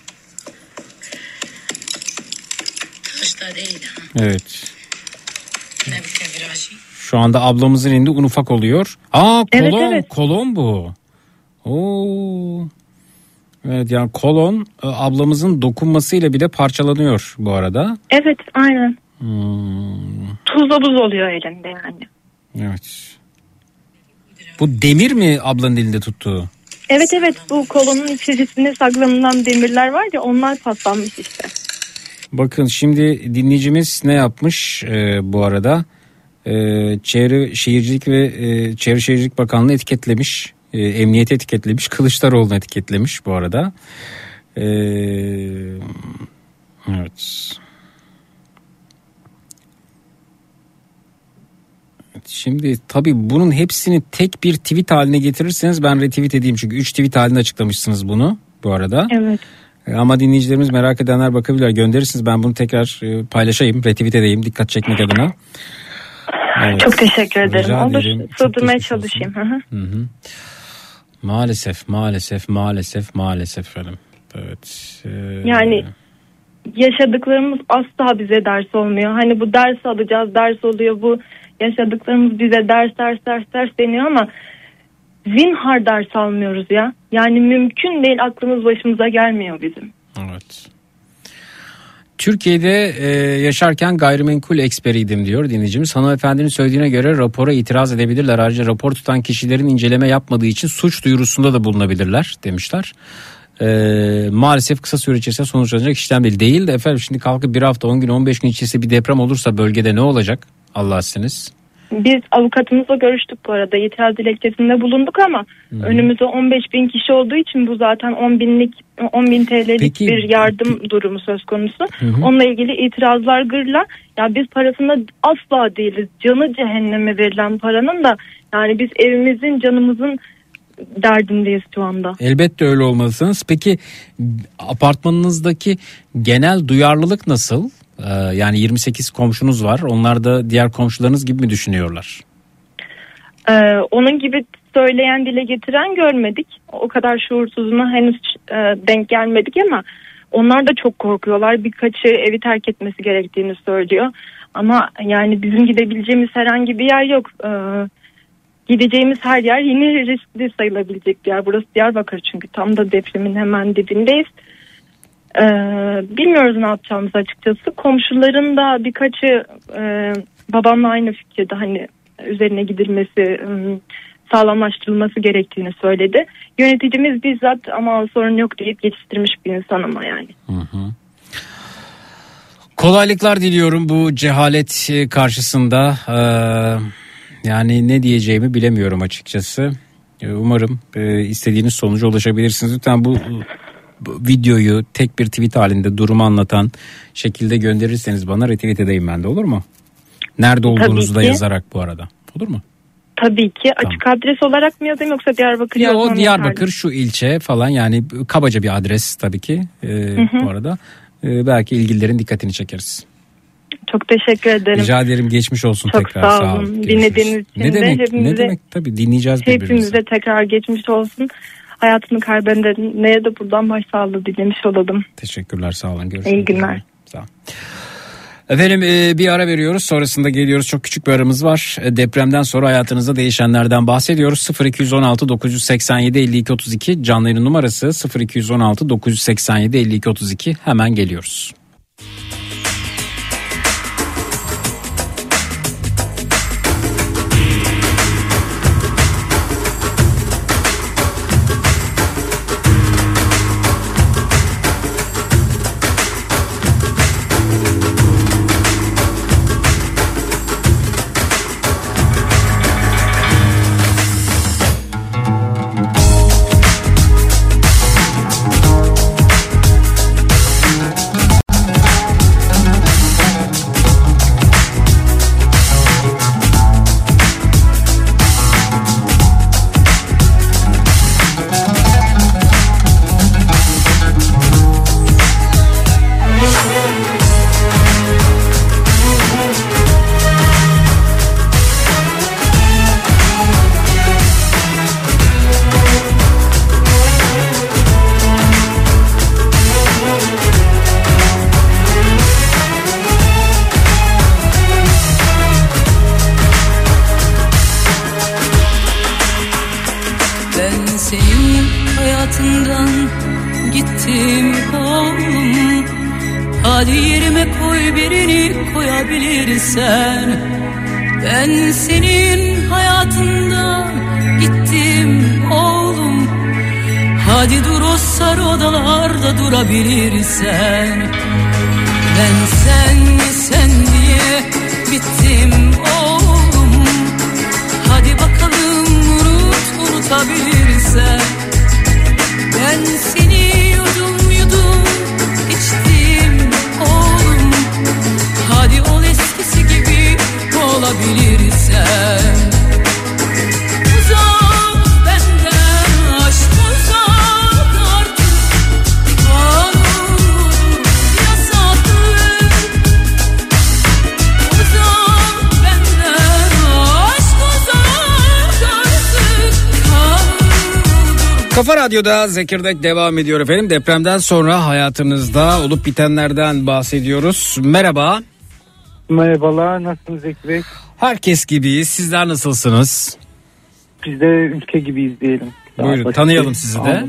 Evet. Şu anda ablamızın elinde un ufak oluyor. Kolon, evet. Kolon bu. Oo. Evet, yani kolon ablamızın dokunmasıyla bile parçalanıyor bu arada. Evet, aynen. Tuzla buz oluyor elinde yani. Evet. Bu demir mi ablanın elinde tuttuğu? Evet, bu kolonun içerisinde saklanılan demirler var ya, onlar paslanmış işte. Bakın şimdi dinleyicimiz ne yapmış bu arada? Çevre Şehircilik ve Çevre Şehircilik Bakanlığı etiketlemiş. Emniyeti etiketlemiş. Kılıçdaroğlu'nu etiketlemiş bu arada. Evet. Şimdi tabii bunun hepsini tek bir tweet haline getirirseniz ben retweet edeyim. Çünkü 3 tweet halinde açıklamışsınız bunu bu arada. Evet. Ama dinleyicilerimiz, merak edenler bakabilirler. Gönderirsiniz, ben bunu tekrar paylaşayım, retweet edeyim dikkat çekmek adına. Evet. Çok teşekkür ederim. Rica Olur, ederim. sığdırmaya çalışayım. Maalesef efendim. Evet. Yani yaşadıklarımız asla bize ders olmuyor. Hani bu ders alacağız, ders oluyor. Bu yaşadıklarımız bize ders deniyor ama zinhar ders almıyoruz ya. Yani mümkün değil, aklımız başımıza gelmiyor bizim. Evet. Türkiye'de yaşarken gayrimenkul eksperiydim diyor dinleyicimiz. Hanımefendinin söylediğine göre rapora itiraz edebilirler. Ayrıca rapor tutan kişilerin inceleme yapmadığı için suç duyurusunda da bulunabilirler demişler. Maalesef kısa süre içerisinde sonuçlanacak işlem değil de efendim, şimdi kalkıp bir hafta 10 gün 15 gün içerisinde bir deprem olursa bölgede ne olacak? Allah sizsiniz. Biz avukatımızla görüştük bu arada. İtiraz dilekçesinde bulunduk ama önümüzde 15.000 kişi olduğu için bu zaten 10.000 TL'lik Peki, bir yardım durumu söz konusu. Onunla ilgili itirazlar gırla. Ya biz parasında asla değiliz. Canı cehenneme verilen paranın da yani biz evimizin, canımızın derdindeyiz şu anda. Elbette öyle olmalısınız. Peki apartmanınızdaki genel duyarlılık nasıl? Yani 28 komşunuz var. Onlar da diğer komşularınız gibi mi düşünüyorlar? Onun gibi söyleyen, dile getiren görmedik. O kadar şuursuzuna henüz denk gelmedik ama onlar da çok korkuyorlar. Birkaçı evi terk etmesi gerektiğini söylüyor. Ama yani bizim gidebileceğimiz herhangi bir yer yok. Gideceğimiz her yer yine riskli sayılabilecek bir yer. Burası Diyarbakır çünkü tam da depremin hemen dibindeyiz. Bilmiyoruz ne yapacağımızı açıkçası. Komşuların da birkaçı babamla aynı fikirde, hani üzerine gidilmesi, sağlamlaştırılması gerektiğini söyledi. Yöneticimiz bizzat ama sorun yok deyip geçiştirmiş bir insan ama yani. Kolaylıklar diliyorum bu cehalet karşısında. Yani ne diyeceğimi bilemiyorum açıkçası. Umarım istediğiniz sonuca ulaşabilirsiniz. Lütfen bu videoyu tek bir tweet halinde durumu anlatan şekilde gönderirseniz bana retweet edeyim ben de, olur mu? Nerede olduğunuzu da yazarak bu arada. Olur mu? Tabii ki. Tamam. Açık adres olarak mı yazayım yoksa Diyarbakır yazmam Yok, yeterli? Diyarbakır şu ilçe falan, yani kabaca bir adres tabii ki bu arada. Belki ilgililerin dikkatini çekeriz. Çok teşekkür ederim. Rica ederim, geçmiş olsun çok tekrar. Sağ olun. Görüşürüz. Dinlediğiniz için ne demek, hepimize, ne demek, tabii dinleyeceğiz birbirimizi. hepimize tekrar geçmiş olsun. Hayatını kaybedenlere de buradan başsağlığı dilemiş olalım. Teşekkürler, sağ olun. Görüşürüz. İyi günler. Sağ olun. Efendim bir ara veriyoruz, sonrasında geliyoruz. Çok küçük bir aramız var. Depremden sonra hayatınızda değişenlerden bahsediyoruz. 0216 987 52 32 canlı yayın numarası 0216 987 52 32, hemen geliyoruz. Ben senin hayatından gittim oğlum. Hadi dur o sarı odalarda durabilirsen. Ben sen diye bittim oğlum. Hadi bakalım unutabilirsen. Ben seni yudum içtim oğlum. Hadi ol eskisi gibi olabilirsen. Uzak benden, aşk uzak artık. Kanun yasaklı. Uzak benden, aşk uzak artık. Kanun. Kafa Radyo'da Zekirdek devam ediyor efendim. Depremden sonra hayatınızda olup bitenlerden bahsediyoruz. Merhaba. Merhabalar, nasılsınız Zeki Bey? Herkes gibiyiz. Sizler nasılsınız? Biz de ülke gibiyiz diyelim. Buyurun, tanıyalım sizi de.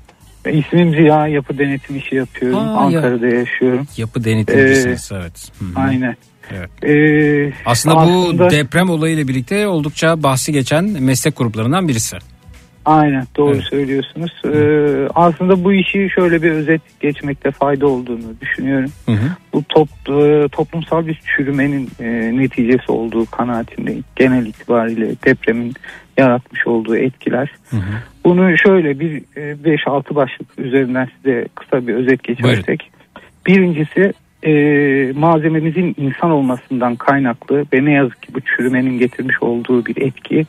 İsmim Ziya, yapı denetim işi yapıyorum. Ankara'da yaşıyorum. Yapı denetimcisiniz, evet. Hı-hı. Aynen. Evet. Aslında bu deprem olayıyla birlikte oldukça bahsi geçen meslek gruplarından birisi. Aynen, doğru söylüyorsunuz. Aslında bu işi şöyle bir özet geçmekte fayda olduğunu düşünüyorum. Bu toplumsal bir çürümenin neticesi olduğu kanaatindeyim. Genel itibariyle depremin yaratmış olduğu etkiler. Bunu şöyle bir 5-6 başlık üzerinden size kısa bir özet geçersek. Birincisi malzememizin insan olmasından kaynaklı ve ne yazık ki bu çürümenin getirmiş olduğu bir etki.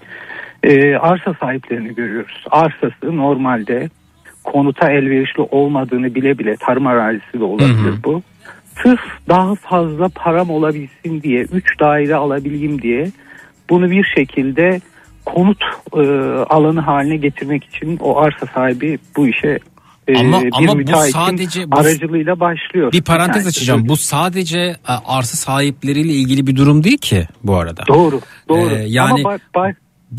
Arsa sahiplerini görüyoruz. Arsası normalde konuta elverişli olmadığını bile bile, tarım arazisi de olabilir bu. Sırf daha fazla param olabilsin diye, 3 daire alabileyim diye bunu bir şekilde konut alanı haline getirmek için o arsa sahibi bu işe ama bir müteahhitin sadece aracılığıyla başlıyor. Bir parantez açacağım. Bu sadece arsa sahipleriyle ilgili bir durum değil ki bu arada. Doğru. Yani ama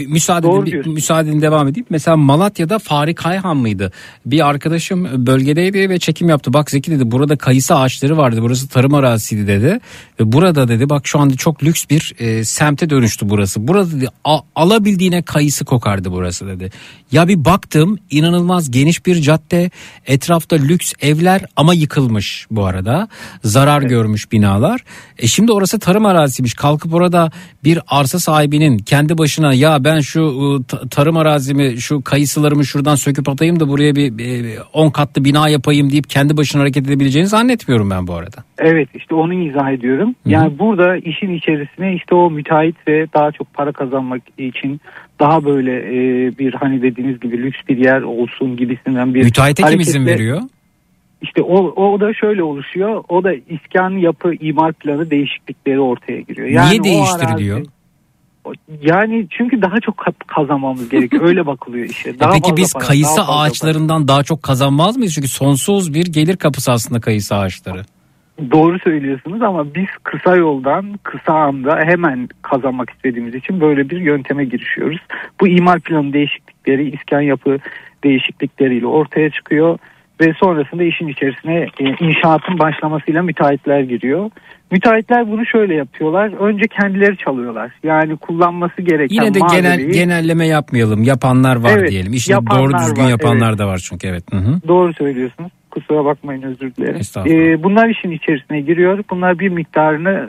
müsaadenle devam edeyim. Mesela Malatya'da Farik Ayhan mıydı? Bir arkadaşım bölgedeydi ve çekim yaptı. Bak Zeki dedi, burada kayısı ağaçları vardı. Burası tarım arazisiydi dedi. Ve burada dedi bak şu anda çok lüks bir semte dönüştü burası. Burada dedi alabildiğine kayısı kokardı burası dedi. Ya bir baktım, inanılmaz geniş bir cadde. Etrafta lüks evler ama yıkılmış bu arada. Zarar görmüş binalar. Şimdi orası tarım arazisiymiş. Kalkıp orada bir arsa sahibinin kendi başına ya ya ben şu tarım arazimi, şu kayısılarımı şuradan söküp atayım da buraya bir 10 katlı bina yapayım deyip kendi başına hareket edebileceğini zannetmiyorum ben bu arada. Evet, işte onu izah ediyorum. Yani burada işin içerisine işte o müteahhit ve daha çok para kazanmak için daha böyle bir hani dediğiniz gibi lüks bir yer olsun gibisinden bir müteahhite kim izin veriyor? İşte o da şöyle oluşuyor. O da iskan, yapı, imar planı değişiklikleri ortaya giriyor. Yani niye değiştiriliyor? Yani çünkü daha çok kazanmamız gerekiyor. Öyle bakılıyor işe. Daha peki biz para, kayısı ağaçlarından daha çok kazanmaz mıyız? Çünkü sonsuz bir gelir kapısı aslında kayısı ağaçları. Doğru söylüyorsunuz ama biz kısa yoldan, kısa anda hemen kazanmak istediğimiz için böyle bir yönteme girişiyoruz. Bu imar planı değişiklikleri, iskan yapı değişiklikleriyle ortaya çıkıyor. Ve sonrasında işin içerisine inşaatın başlamasıyla müteahhitler giriyor. Müteahhitler bunu şöyle yapıyorlar. Önce kendileri çalıyorlar. Yani kullanması gereken yine de genelleme yapmayalım. Yapanlar var evet, diyelim. İşte doğru düzgün var, yapanlar evet. Da var çünkü evet. Hı-hı. Doğru söylüyorsunuz. Kusura bakmayın, özür dilerim. Bunlar işin içerisine giriyor. Bunlar bir miktarını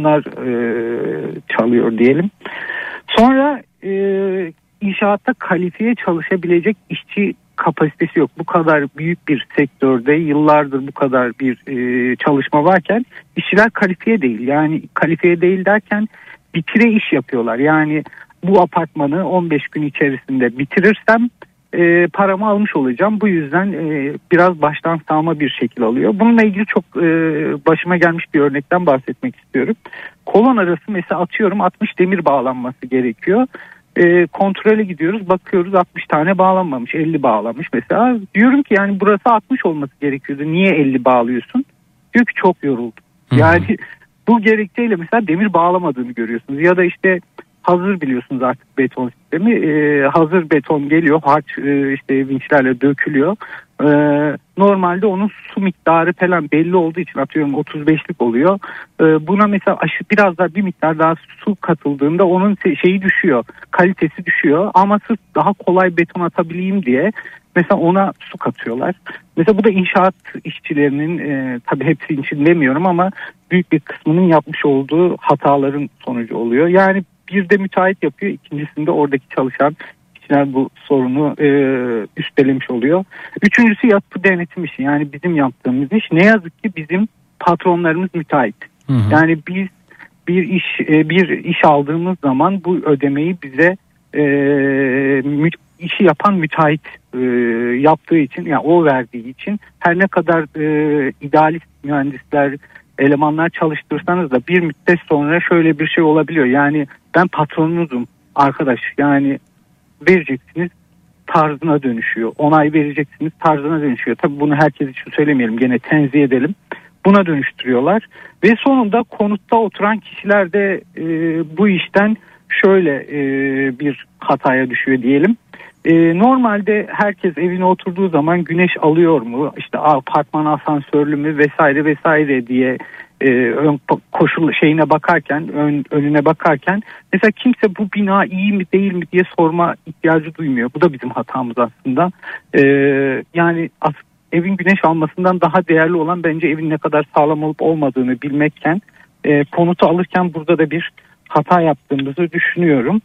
çalıyor diyelim. Sonra inşaatta kalifiye çalışabilecek işçi kapasitesi yok. Bu kadar büyük bir sektörde yıllardır bu kadar bir çalışma varken işçiler kalifiye değil. Yani kalifiye değil derken bitire iş yapıyorlar. Yani bu apartmanı 15 gün içerisinde bitirirsem paramı almış olacağım. Bu yüzden biraz baştan sağma bir şekil alıyor. Bununla ilgili çok başıma gelmiş bir örnekten bahsetmek istiyorum. Kolon arası mesela atıyorum 60 demir bağlanması gerekiyor. Kontrole gidiyoruz, bakıyoruz 60 tane bağlanmamış, 50 bağlanmış mesela. Diyorum ki yani burası 60 olması gerekiyordu, niye 50 bağlıyorsun? Diyor ki çok yoruldum. Yani bu gerekçeyle mesela demir bağlamadığını görüyorsunuz. Ya da işte hazır biliyorsunuz artık beton sistemi. Hazır beton geliyor, harç işte vinçlerle dökülüyor. Normalde onun su miktarı falan belli olduğu için atıyorum 35'lik oluyor. Buna mesela biraz daha bir miktar daha su katıldığında onun şeyi düşüyor, kalitesi düşüyor. Ama sırf daha kolay beton atabileyim diye mesela ona su katıyorlar. Mesela bu da inşaat işçilerinin tabii hepsi için demiyorum ama büyük bir kısmının yapmış olduğu hataların sonucu oluyor. Yani bir de müteahhit yapıyor, ikincisinde oradaki çalışan işçiler bu sorunu üstelemiş oluyor. Üçüncüsü yapı denetim işi, yani bizim yaptığımız iş. Ne yazık ki bizim patronlarımız müteahhit. Yani biz bir iş aldığımız zaman bu ödemeyi bize işi yapan müteahhit yaptığı için, yani o verdiği için her ne kadar idealist mühendisler, elemanlar çalıştırsanız da bir müddet sonra şöyle bir şey olabiliyor. Yani ben patronunuzum arkadaş, yani vereceksiniz tarzına dönüşüyor. Onay vereceksiniz tarzına dönüşüyor. Tabii bunu herkes için söylemeyelim, gene tenzih edelim. Buna dönüştürüyorlar ve sonunda konutta oturan kişiler de bu işten şöyle bir hataya düşüyor diyelim. Normalde herkes evine oturduğu zaman güneş alıyor mu, işte apartman asansörlü mü vesaire vesaire diye ön koşul şeyine bakarken, önüne bakarken mesela kimse bu bina iyi mi değil mi diye sorma ihtiyacı duymuyor. Bu da bizim hatamız aslında. Yani evin güneş almasından daha değerli olan bence evin ne kadar sağlam olup olmadığını bilmekken konutu alırken burada da bir hata yaptığımızı düşünüyorum.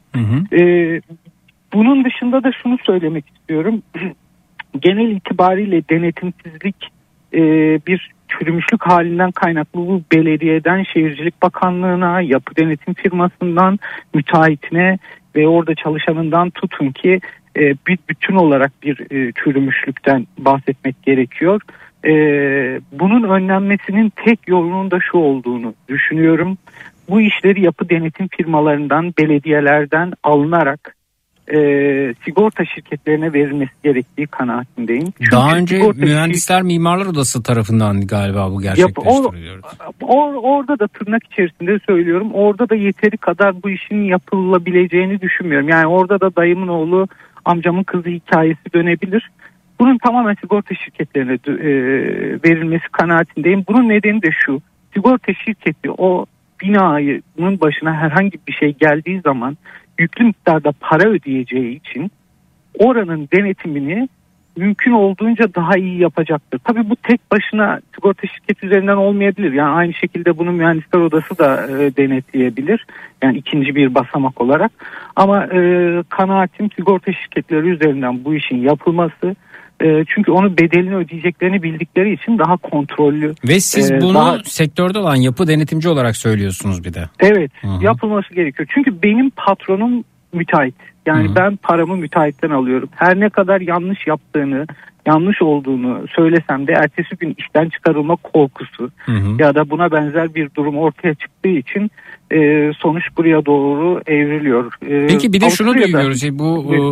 Bunun dışında da şunu söylemek istiyorum. Genel itibariyle denetimsizlik bir çürümüşlük halinden kaynaklı, bu belediyeden Şehircilik Bakanlığı'na, yapı denetim firmasından müteahhitine ve orada çalışanından tutun ki bir bütün olarak bir çürümüşlükten bahsetmek gerekiyor. Bunun önlenmesinin tek yolunun da şu olduğunu düşünüyorum. Bu işleri yapı denetim firmalarından, belediyelerden alınarak sigorta şirketlerine verilmesi gerektiği kanaatindeyim. Çünkü daha önce Mühendisler Mimarlar Odası tarafından galiba bu gerçekleştiriliyor. Orada da tırnak içerisinde söylüyorum, orada da yeteri kadar bu işin yapılabileceğini düşünmüyorum. Yani orada da dayımın oğlu, amcamın kızı hikayesi dönebilir. Bunun tamamen sigorta şirketlerine verilmesi kanaatindeyim. Bunun nedeni de şu: sigorta şirketi o binanın başına herhangi bir şey geldiği zaman yüklü miktarda para ödeyeceği için oranın denetimini mümkün olduğunca daha iyi yapacaktır. Tabii bu tek başına sigorta şirketi üzerinden olmayabilir. Yani aynı şekilde bunu mühendisler odası da denetleyebilir. Yani ikinci bir basamak olarak. Ama kanaatim sigorta şirketleri üzerinden bu işin yapılması. Çünkü onun bedelini ödeyeceklerini bildikleri için daha kontrollü. Ve siz bunu sektörde olan yapı denetimci olarak söylüyorsunuz bir de. Evet, Hı-hı. yapılması gerekiyor. Çünkü benim patronum müteahhit. Yani Hı-hı. ben paramı müteahhitten alıyorum. Her ne kadar yanlış yaptığını, yanlış olduğunu söylesem de ertesi gün işten çıkarılma korkusu Hı-hı. ya da buna benzer bir durum ortaya çıktığı için sonuç buraya doğru evriliyor. Peki bir de şunu duyuyoruz. Bu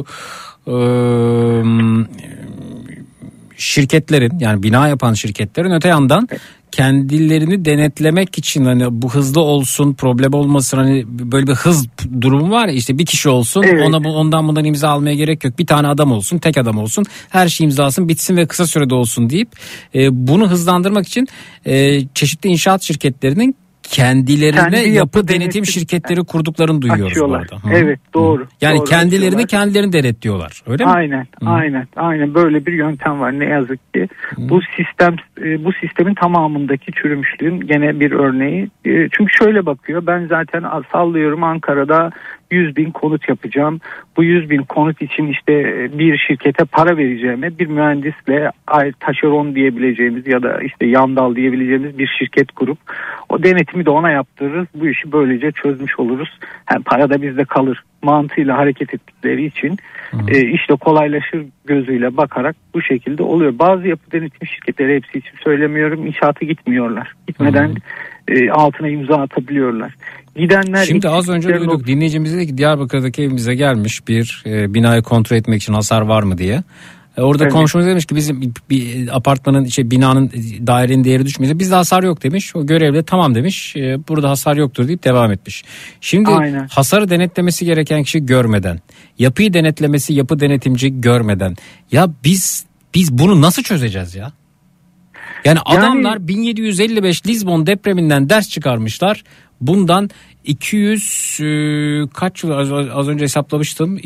şirketlerin, yani bina yapan şirketlerin öte yandan kendilerini denetlemek için hani bu hızlı olsun, problem olmasın, hani böyle bir hız durumu var ya, işte bir kişi olsun, evet. ondan bundan imza almaya gerek yok, bir tane adam olsun, tek adam olsun, her şey imzasın bitsin ve kısa sürede olsun deyip bunu hızlandırmak için çeşitli inşaat şirketlerinin kendilerine yapı denetim şirketleri kurduklarını duyuyoruz bu arada. Evet, doğru. Yani doğru, kendilerini denetliyorlar. Öyle mi? Aynen böyle bir yöntem var ne yazık ki. Bu sistemin tamamındaki çürümüşlüğün gene bir örneği. Çünkü şöyle bakıyor, ben zaten sallıyorum Ankara'da 100.000 konut yapacağım. Bu 100.000 konut için işte bir şirkete para vereceğime bir mühendisle taşeron diyebileceğimiz ya da işte yandal diyebileceğimiz bir şirket kurup o denetimi de ona yaptırırız. Bu işi böylece çözmüş oluruz. Hem para da bizde kalır mantığıyla hareket ettikleri için işte kolaylaşır gözüyle bakarak bu şekilde oluyor. Bazı yapı denetim şirketleri, hepsi için söylemiyorum, inşaata gitmiyorlar. Gitmeden altına imza atabiliyorlar. Gidenler. Şimdi az önce duyduk, dinleyicimiz dedi ki Diyarbakır'daki evimize gelmiş bir binayı kontrol etmek için hasar var mı diye. Orada evet. Komşumuz demiş ki bizim bir apartmanın binanın dairenin değeri düşmeyecek. Bizde hasar yok demiş. O görevli tamam demiş. Burada hasar yoktur deyip devam etmiş. Şimdi aynen. Hasarı denetlemesi gereken kişi görmeden, yapıyı denetlemesi yapı denetimci görmeden, ya biz bunu nasıl çözeceğiz ya? Yani adamlar 1755 Lizbon depreminden ders çıkarmışlar. Bundan 200 kaç yıl az önce hesaplamıştım.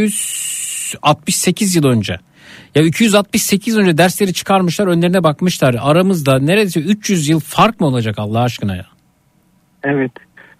268 yıl önce. Ya 268 yıl önce dersleri çıkarmışlar, önlerine bakmışlar. Aramızda neredeyse 300 yıl fark mı olacak Allah aşkına ya? Evet.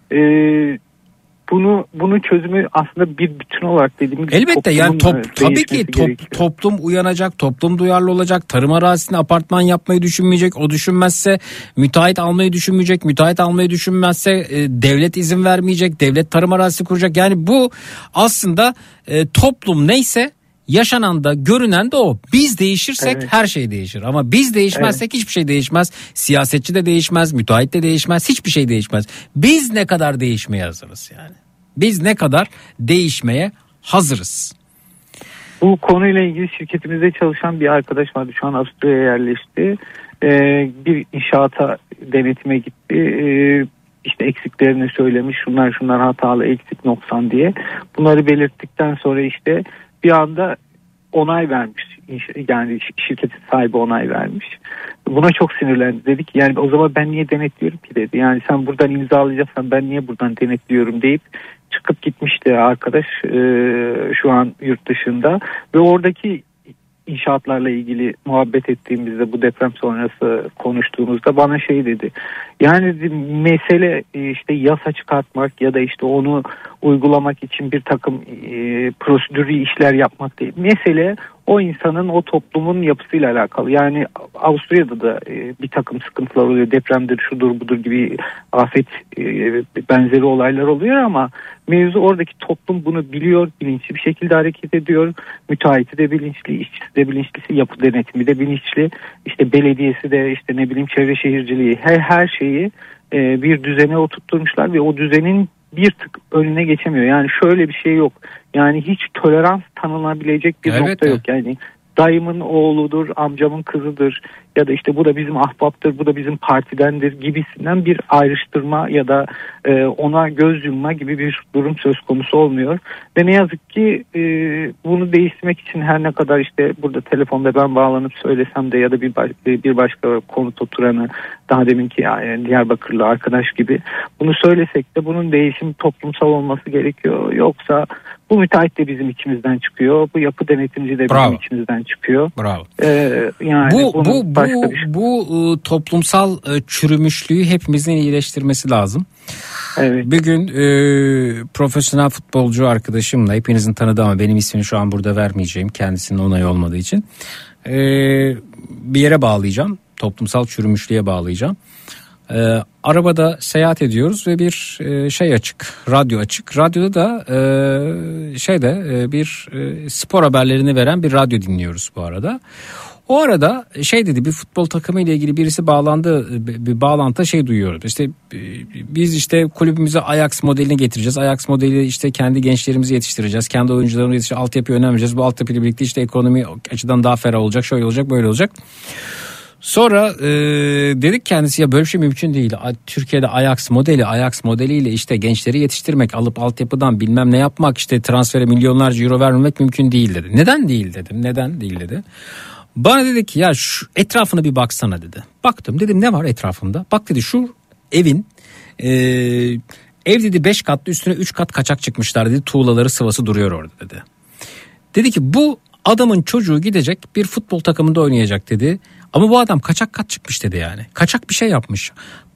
Bunu çözümü aslında bir bütün olarak dediğim gibi. Elbette yani tabii ki toplum uyanacak, toplum duyarlı olacak, tarım arazisinde apartman yapmayı düşünmeyecek, o düşünmezse müteahhit almayı düşünmeyecek, müteahhit almayı düşünmezse devlet izin vermeyecek, devlet tarım arazisi kuracak. Yani bu aslında toplum neyse yaşanan da görünen de o. Biz değişirsek evet. Her şey değişir ama biz değişmezsek hiçbir şey değişmez. Siyasetçi de değişmez, müteahhit de değişmez, hiçbir şey değişmez. Biz ne kadar değişmeye hazırız yani? Biz ne kadar değişmeye hazırız? Bu konuyla ilgili şirketimizde çalışan bir arkadaş vardı. Şu an Avusturya'ya yerleşti. Bir inşaata denetime gitti. İşte eksiklerini söylemiş. Şunlar hatalı, eksik, noksan diye. Bunları belirttikten sonra işte bir anda onay vermiş. Yani şirketin sahibi onay vermiş. Buna çok sinirlendi. Dedi ki yani o zaman ben niye denetliyorum ki dedi. Yani sen buradan imzalayacaksan ben niye buradan denetliyorum deyip çıkıp gitmişti arkadaş şu an yurt dışında. Ve oradaki inşaatlarla ilgili muhabbet ettiğimizde, bu deprem sonrası konuştuğumuzda bana şey dedi. Yani mesele işte yasa çıkartmak ya da işte onu uygulamak için bir takım prosedürü işler yapmak değil. Mesele o insanın, o toplumun yapısıyla alakalı. Yani Avusturya'da da bir takım sıkıntılar oluyor. Depremdir, şudur budur gibi afet benzeri olaylar oluyor ama mevzu oradaki toplum bunu biliyor, bilinçli bir şekilde hareket ediyor. Müteahhiti de bilinçli, işçisi de bilinçli, yapı denetimi de bilinçli. İşte belediyesi de işte ne bileyim çevre şehirciliği her şeyi bir düzene oturtturmuşlar ve o düzenin bir tık önüne geçemiyor. Yani şöyle bir şey yok. Yani hiç tolerans tanınabilecek bir nokta yok. Yani dayımın oğludur, amcamın kızıdır ya da işte bu da bizim ahbaptır, bu da bizim partidendir gibisinden bir ayrıştırma ya da ona göz yumma gibi bir durum söz konusu olmuyor. Ve ne yazık ki bunu değiştirmek için her ne kadar işte burada telefonda ben bağlanıp söylesem de ya da bir başka konut oturanı, daha deminki yani Diyarbakırlı arkadaş gibi bunu söylesek de bunun değişim toplumsal olması gerekiyor. Yoksa bu müteahhit de bizim içimizden çıkıyor. Bu yapı denetimci de bizim içimizden çıkıyor. Bravo. Yani bu toplumsal çürümüşlüğü hepimizin iyileştirmesi lazım. Evet. Bir gün profesyonel futbolcu arkadaşımla, hepinizin tanıdığı ama benim ismini şu an burada vermeyeceğim, kendisinin onayı olmadığı için, bir yere bağlayacağım. Toplumsal çürümüşlüğe bağlayacağım. Arabada seyahat ediyoruz ve bir şey açık, radyo açık. Radyoda da bir spor haberlerini veren bir radyo dinliyoruz bu arada. O arada dedi, bir futbol takımı ile ilgili birisi bağlandı, bir bağlantı duyuyoruz. İşte biz işte kulübümüze Ajax modelini getireceğiz. Ajax modeli işte kendi gençlerimizi yetiştireceğiz. Kendi oyuncularımızı yetiştireceğiz. Altyapıya önem vereceğiz. Bu altyapıyla birlikte işte ekonomi açıdan daha ferah olacak. Şöyle olacak, böyle olacak. Sonra dedik kendisi, ya böyle bir şey mümkün değil. Türkiye'de Ajax modeliyle işte gençleri yetiştirmek, alıp altyapıdan bilmem ne yapmak, işte transfere milyonlarca euro vermemek mümkün değil dedi. Neden değil dedim. Neden değil dedi. Bana dedi ki ya şu etrafına bir baksana dedi. Baktım, dedim ne var etrafımda? Bak dedi, şu evin ev dedi 5 katlı, üstüne 3 kat kaçak çıkmışlar dedi. Tuğlaları sıvası duruyor orada dedi. Dedi ki bu adamın çocuğu gidecek bir futbol takımında oynayacak dedi. Ama bu adam kaçak kat çıkmış dedi yani. Kaçak bir şey yapmış.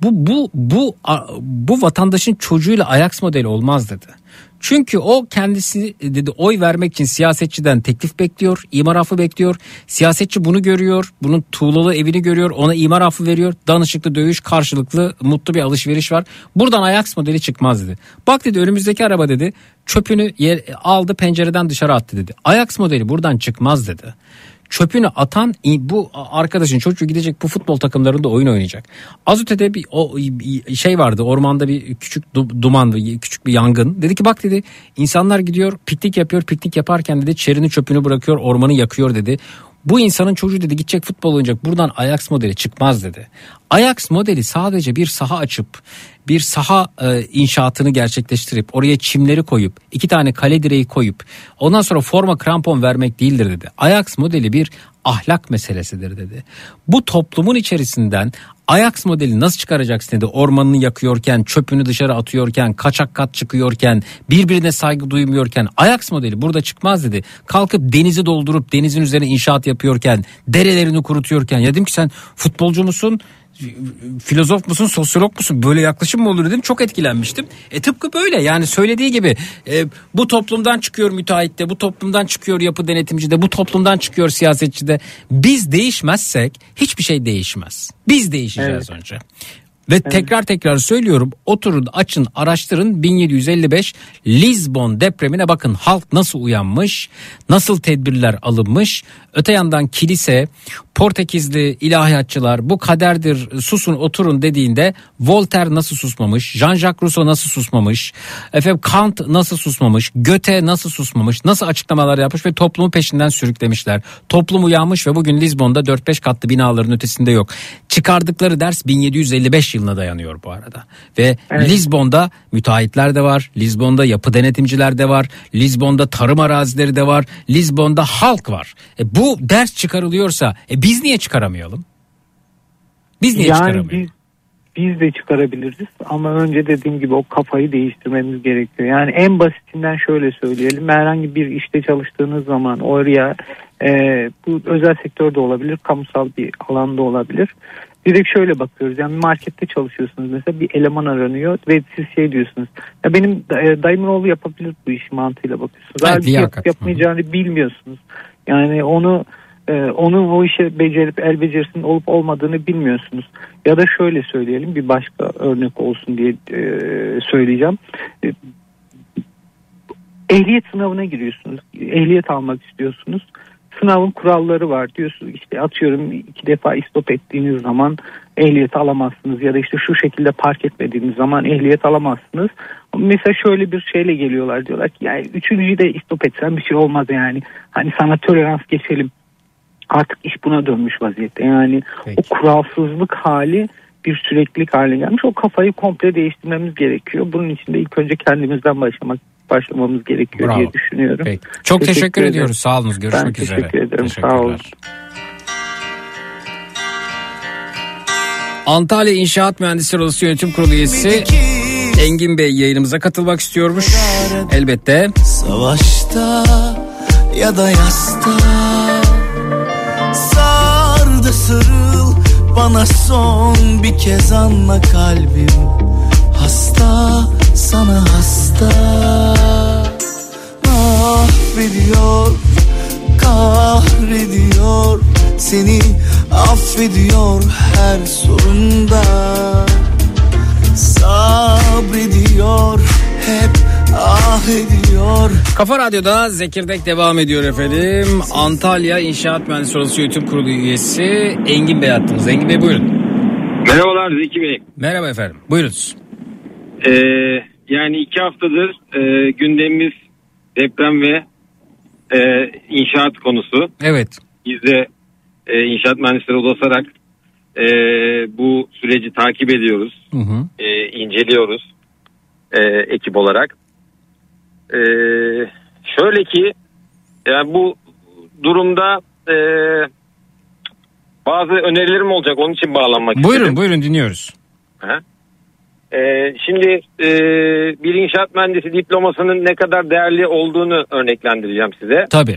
Bu vatandaşın çocuğuyla Ajax modeli olmaz dedi. Çünkü o kendisi dedi oy vermek için siyasetçiden teklif bekliyor, imar affı bekliyor. Siyasetçi bunu görüyor, bunun tuğlalı evini görüyor, ona imar affı veriyor. Danışıklı dövüş, karşılıklı mutlu bir alışveriş var. Buradan Ajax modeli çıkmaz dedi. Bak dedi, önümüzdeki araba dedi çöpünü aldı, pencereden dışarı attı dedi. Ajax modeli buradan çıkmaz dedi. Çöpünü atan bu arkadaşın çocuğu gidecek bu futbol takımlarında oyun oynayacak. Az ötede bir vardı, ormanda bir küçük duman, küçük bir yangın. Dedi ki bak dedi, insanlar gidiyor piknik yapıyor, piknik yaparken dedi çerini çöpünü bırakıyor, ormanı yakıyor dedi. Bu insanın çocuğu dedi gidecek futbol oynayacak, buradan Ajax modeli çıkmaz dedi. Ajax modeli sadece bir saha açıp bir saha inşaatını gerçekleştirip oraya çimleri koyup 2 tane kale direği koyup ondan sonra forma krampon vermek değildir dedi. Ajax modeli bir ahlak meselesidir dedi. Bu toplumun içerisinden Ajax modeli nasıl çıkaracaksın dedi. Ormanını yakıyorken, çöpünü dışarı atıyorken, kaçak kat çıkıyorken, birbirine saygı duymuyorken Ajax modeli burada çıkmaz dedi. Kalkıp denizi doldurup denizin üzerine inşaat yapıyorken, derelerini kurutuyorken, ya dedim ki sen futbolcu musun? Filozof musun, sosyolog musun, böyle yaklaşım mı olur dedim, çok etkilenmiştim. Tıpkı böyle yani söylediği gibi bu toplumdan çıkıyor müteahhit de, bu toplumdan çıkıyor yapı denetimci de, bu toplumdan çıkıyor siyasetçi de. Biz değişmezsek hiçbir şey değişmez. Biz değişeceğiz önce. Ve tekrar söylüyorum, oturun, açın, araştırın 1755 Lizbon depremine bakın, halk nasıl uyanmış, nasıl tedbirler alınmış. Öte yandan kilise, Portekizli ilahiyatçılar bu kaderdir susun oturun dediğinde Voltaire nasıl susmamış, Jean-Jacques Rousseau nasıl susmamış, Kant nasıl susmamış, Goethe nasıl susmamış, nasıl açıklamalar yapmış ve toplumu peşinden sürüklemişler. Toplum uyanmış ve bugün Lizbon'da 4-5 katlı binaların ötesinde yok. Çıkardıkları ders 1755 yılına dayanıyor bu arada. Ve Lizbon'da müteahhitler de var, Lizbon'da yapı denetimciler de var, Lizbon'da tarım arazileri de var, Lizbon'da halk var. Bu ders çıkarılıyorsa biz niye çıkaramayalım? Biz niye çıkaramayalım? Biz de çıkarabiliriz ama önce dediğim gibi o kafayı değiştirmemiz gerekiyor. Yani en basitinden şöyle söyleyelim, herhangi bir işte çalıştığınız zaman oraya bu özel sektörde olabilir, kamusal bir alanda olabilir. Direkt şöyle bakıyoruz, yani markette çalışıyorsunuz mesela, bir eleman aranıyor ve siz diyorsunuz ya benim dayımın oğlu yapabilir bu işi mantığıyla bakıyorsunuz. Evet, yapmayacağını bilmiyorsunuz. Yani onu o işe becerip el becerisinin olup olmadığını bilmiyorsunuz. Ya da şöyle söyleyelim, bir başka örnek olsun diye söyleyeceğim. Ehliyet sınavına giriyorsunuz. Ehliyet almak istiyorsunuz. Sınavın kuralları var diyorsunuz, işte atıyorum 2 defa istop ettiğiniz zaman ehliyet alamazsınız ya da işte şu şekilde park etmediğiniz zaman ehliyet alamazsınız. Mesela şöyle bir şeyle geliyorlar, diyorlar ki yani 3. de istop etsen bir şey olmaz yani. Hani sana tolerans geçelim. artık iş buna dönmüş vaziyette. Yani Peki. o kuralsızlık hali bir süreklilik haline gelmiş. O kafayı komple değiştirmemiz gerekiyor. Bunun için de ilk önce kendimizden başlamamız gerekiyor Bravo. diye düşünüyorum. Peki. Çok teşekkür ederim. ediyoruz. Sağ olun. Görüşmek üzere. Ben teşekkür ederim. Sağ Teşekkürler. olun. Antalya İnşaat Mühendisleri Odası Yönetim Kurulu üyesi Engin Bey yayınımıza katılmak istiyormuş. Elbette. Savaşta ya da yasta, sar da sarıl bana son bir kez, anla kalbim hasta, sana hasta. Mahvediyor, kahrediyor, seni affediyor her sorunda, sabrediyor, hep ah ediyor. Kafa Radyo'da Zekirdek devam ediyor efendim. Antalya İnşaat Mühendisleri Odası Yönetim Kurulu üyesi Engin Bey attınız. Engin Bey buyurun. Merhabalar Zeki Bey. Merhaba efendim. Buyurunuz. Yani 2 haftadır gündemimiz deprem ve inşaat konusu. Evet. Biz de İnşaat Mühendisleri Odası olarak bu süreci takip ediyoruz. Hı hı. İnceliyoruz ekip olarak. Şöyle ki yani bu durumda bazı önerilerim olacak, onun için bağlanmak istedim. Buyurun dinliyoruz. Şimdi bir inşaat mühendisi diplomasının ne kadar değerli olduğunu örneklendireceğim size. Tabii.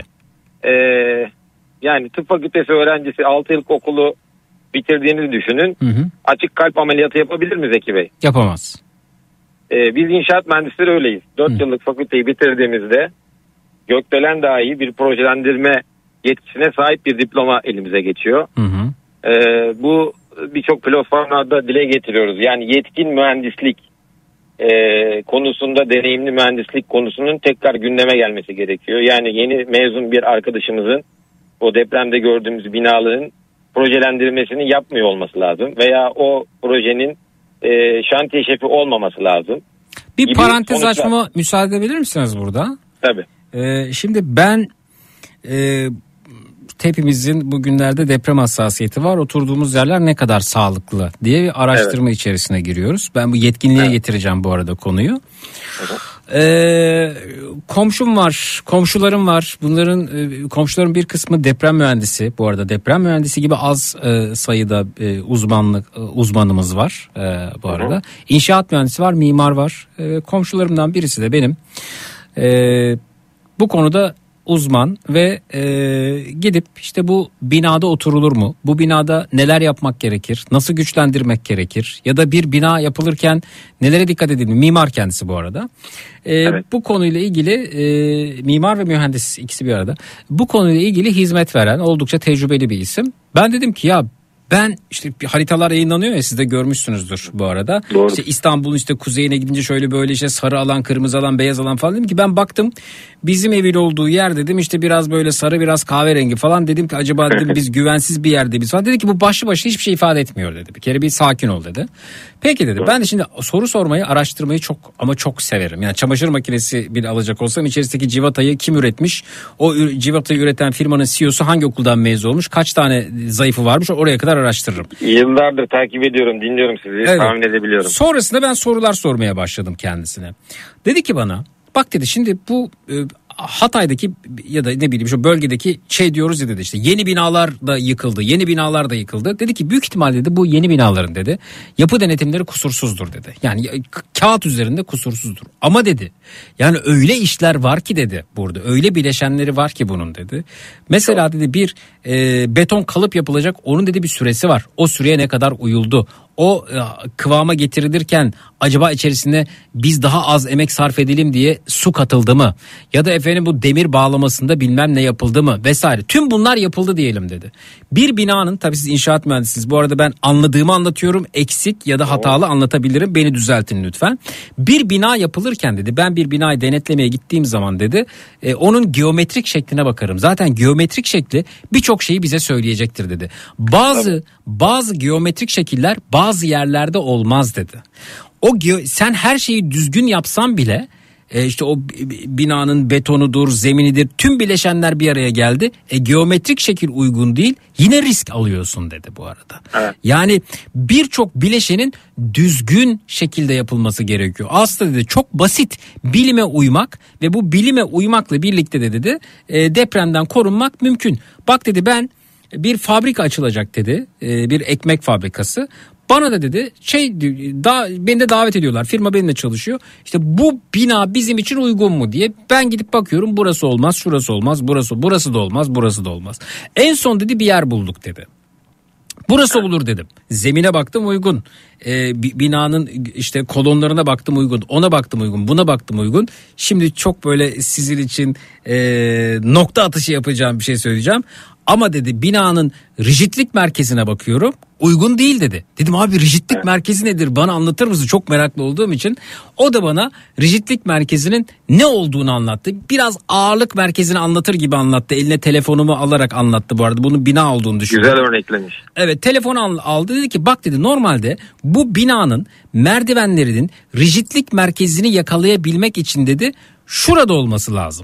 Yani tıp fakültesi öğrencisi 6 yıllık okulu bitirdiğinizi düşünün. Hı hı. Açık kalp ameliyatı yapabilir mi Zeki Bey? Yapamaz. Biz inşaat mühendisleri öyleyiz. 4 yıllık fakülteyi bitirdiğimizde gökdelen dahi bir projelendirme yetkisine sahip bir diploma elimize geçiyor. Hı hı. Bu birçok platformlarda dile getiriyoruz. Yani yetkin mühendislik konusunda, deneyimli mühendislik konusunun tekrar gündeme gelmesi gerekiyor. Yani yeni mezun bir arkadaşımızın o depremde gördüğümüz binaların projelendirmesini yapmıyor olması lazım. Veya o projenin şantiye şefi olmaması lazım. Bir parantez açmama müsaade edebilir misiniz burada? Tabii. Şimdi ben hepimizin bugünlerde deprem hassasiyeti var. Oturduğumuz yerler ne kadar sağlıklı diye bir araştırma içerisine giriyoruz. Ben bu yetkinliğe getireceğim bu arada konuyu. Komşum var, komşularım var. Bunların komşuların bir kısmı deprem mühendisi. Bu arada deprem mühendisi gibi az sayıda uzmanımız var bu arada. İnşaat mühendisi var, mimar var. Komşularımdan birisi de benim. Bu konuda uzman ve gidip işte bu binada oturulur mu? Bu binada neler yapmak gerekir? Nasıl güçlendirmek gerekir? Ya da bir bina yapılırken nelere dikkat edilir? Mimar kendisi bu arada. Bu konuyla ilgili mimar ve mühendis ikisi bir arada. Bu konuyla ilgili hizmet veren oldukça tecrübeli bir isim. Ben dedim ki ya ben işte haritalar yayınlanıyor ya, siz de görmüşsünüzdür bu arada. Doğru. İşte İstanbul'un işte kuzeyine gidince şöyle böyle işte sarı alan, kırmızı alan, beyaz alan falan, dedim ki ben baktım bizim evin olduğu yer dedim işte biraz böyle sarı, biraz kahverengi falan, dedim ki acaba dedim biz güvensiz bir yerde biz falan. Dedi ki bu başlı başına hiçbir şey ifade etmiyor dedi. Bir kere bir sakin ol dedi. Peki dedi. Ben de şimdi soru sormayı, araştırmayı çok ama çok severim. Yani çamaşır makinesi bile alacak olsam içerisindeki civatayı kim üretmiş? O civatayı üreten firmanın CEO'su hangi okuldan mezun olmuş? Kaç tane zayıfı varmış? Oraya kadar araştırırım. Yıllardır takip ediyorum, dinliyorum sizi. Evet. Tahmin edebiliyorum. Sonrasında ben sorular sormaya başladım kendisine. Dedi ki bana bak dedi, şimdi bu Hatay'daki ya da ne bileyim şu bölgedeki şey diyoruz ya dedi, işte yeni binalar da yıkıldı, yeni binalar da yıkıldı. Dedi ki büyük ihtimalle dedi bu yeni binaların dedi yapı denetimleri kusursuzdur dedi. Yani kağıt üzerinde kusursuzdur. Ama dedi yani öyle işler var ki dedi burada, öyle bileşenleri var ki bunun dedi. Mesela dedi bir beton kalıp yapılacak, onun dedi bir süresi var. O süreye ne kadar uyuldu? O kıvama getirilirken acaba içerisine biz daha az emek sarf edelim diye su katıldı mı? Ya da efendim bu demir bağlamasında bilmem ne yapıldı mı? Vesaire. Tüm bunlar yapıldı diyelim dedi. Bir binanın, tabii siz inşaat mühendisiniz. Bu arada ben anladığımı anlatıyorum. Eksik ya da hatalı anlatabilirim. Beni düzeltin lütfen. Bir bina yapılırken dedi, ben bir binayı denetlemeye gittiğim zaman dedi onun geometrik şekline bakarım. Zaten geometrik şekli birçok şeyi bize söyleyecektir dedi. Bazı geometrik şekiller bazı yerlerde olmaz dedi. Sen her şeyi düzgün yapsan bile İşte o binanın betonudur, zeminidir, tüm bileşenler bir araya geldi. Geometrik şekil uygun değil, yine risk alıyorsun dedi bu arada. Evet. Yani birçok bileşenin düzgün şekilde yapılması gerekiyor. Aslında dedi çok basit bilime uymak ve bu bilime uymakla birlikte de dedi depremden korunmak mümkün. Bak dedi ben bir fabrika açılacak dedi, bir ekmek fabrikası. Bana da dedi beni de davet ediyorlar. Firma benimle çalışıyor. İşte bu bina bizim için uygun mu diye. Ben gidip bakıyorum, burası olmaz, şurası olmaz, burası da olmaz, burası da olmaz. En son dedi bir yer bulduk dedi. Burası olur dedim. Zemine baktım uygun. Binanın işte kolonlarına baktım uygun. Ona baktım uygun. Buna baktım uygun. Şimdi çok böyle sizin için nokta atışı yapacağım bir şey söyleyeceğim. Ama dedi binanın rigidlik merkezine bakıyorum. Uygun değil dedi. Dedim abi rigidlik merkezi nedir? Bana anlatır mısın? Çok meraklı olduğum için. O da bana rigidlik merkezinin ne olduğunu anlattı. Biraz ağırlık merkezini anlatır gibi anlattı. Eline telefonumu alarak anlattı bu arada. Bunun bina olduğunu düşünüyorum. Güzel örneklemiş. Evet, telefonu aldı, dedi ki bak dedi normalde bu binanın merdivenlerinin rigidlik merkezini yakalayabilmek için dedi şurada olması lazım.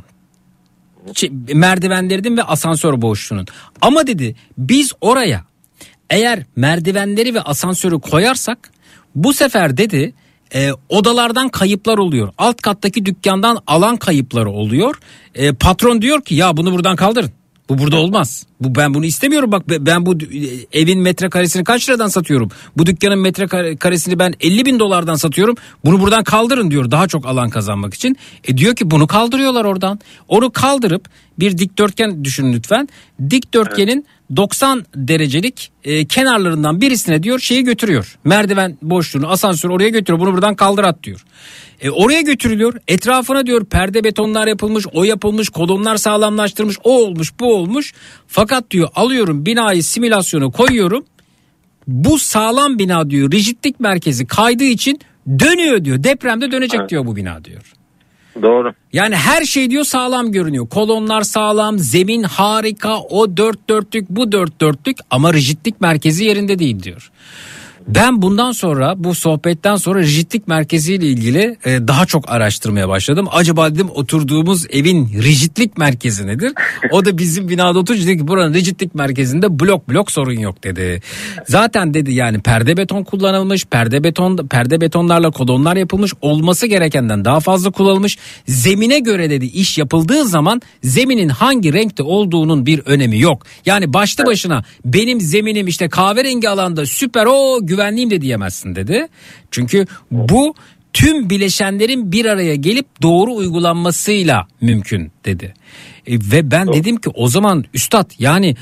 Merdivenlerinin ve asansör boşluğunun. Ama dedi biz oraya eğer merdivenleri ve asansörü koyarsak bu sefer dedi odalardan kayıplar oluyor. Alt kattaki dükkandan alan kayıpları oluyor. Patron diyor ki ya bunu buradan kaldırın. Bu burada olmaz. Ben bunu istemiyorum. Bak ben bu evin metrekaresini kaç liradan satıyorum? Bu dükkanın metrekaresini ben 50.000 dolardan satıyorum. Bunu buradan kaldırın diyor daha çok alan kazanmak için. Diyor ki bunu kaldırıyorlar oradan. Onu kaldırıp bir dikdörtgen düşünün lütfen. Dikdörtgenin 90 derecelik kenarlarından birisine diyor şeyi götürüyor. Merdiven boşluğunu, asansörü oraya götürüyor. Bunu buradan kaldır at diyor. Oraya götürülüyor. Etrafına diyor perde betonlar yapılmış, o yapılmış, kolonlar sağlamlaştırmış, o olmuş, bu olmuş. Fakat diyor alıyorum binayı simülasyona koyuyorum. Bu sağlam bina diyor rigidlik merkezi kaydığı için dönüyor diyor. Depremde dönecek diyor bu bina diyor. Doğru. Yani her şey diyor sağlam görünüyor. Kolonlar sağlam, zemin harika, o dört dörtlük, bu dört dörtlük ama rigidlik merkezi yerinde değil diyor. Ben bundan sonra bu sohbetten sonra rigidlik merkeziyle ilgili daha çok araştırmaya başladım. Acaba dedim oturduğumuz evin rigidlik merkezi nedir? O da bizim binada oturunca dedi ki buranın rigidlik merkezinde blok sorun yok dedi. Zaten dedi yani perde beton kullanılmış, perde betonlarla kolonlar yapılmış, olması gerekenden daha fazla kullanılmış. Zemine göre dedi iş yapıldığı zaman zeminin hangi renkte olduğunun bir önemi yok. Yani başlı başına benim zeminim işte kahverengi alanda süper güvenliyim de diyemezsin dedi. Çünkü bu tüm bileşenlerin bir araya gelip doğru uygulanmasıyla mümkün dedi. Ve ben dedim ki o zaman üstad yani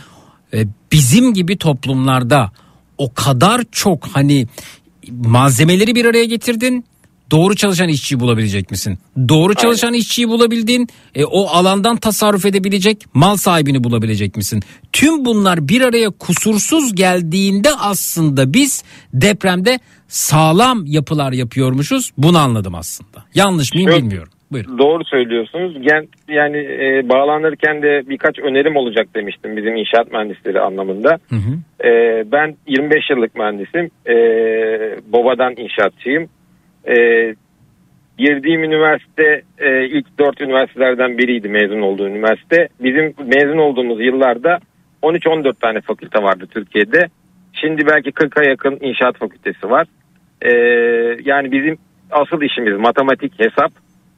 bizim gibi toplumlarda o kadar çok hani malzemeleri bir araya getirdin. Doğru çalışan işçiyi bulabilecek misin? Doğru çalışan işçiyi bulabildin. O alandan tasarruf edebilecek mal sahibini bulabilecek misin? Tüm bunlar bir araya kusursuz geldiğinde aslında biz depremde sağlam yapılar yapıyormuşuz. Bunu anladım aslında. Yanlış mıyım bilmiyorum. Buyurun. Doğru söylüyorsunuz. Yani bağlanırken de birkaç önerim olacak demiştim bizim inşaat mühendisleri anlamında. Hı hı. Ben 25 yıllık mühendisim. BOBA'dan inşaatçıyım. Girdiğim üniversite ilk 4 üniversitelerden biriydi mezun olduğum üniversite. Bizim mezun olduğumuz yıllarda 13-14 tane fakülte vardı Türkiye'de. Şimdi belki 40'a yakın inşaat fakültesi var. Yani bizim asıl işimiz matematik, hesap.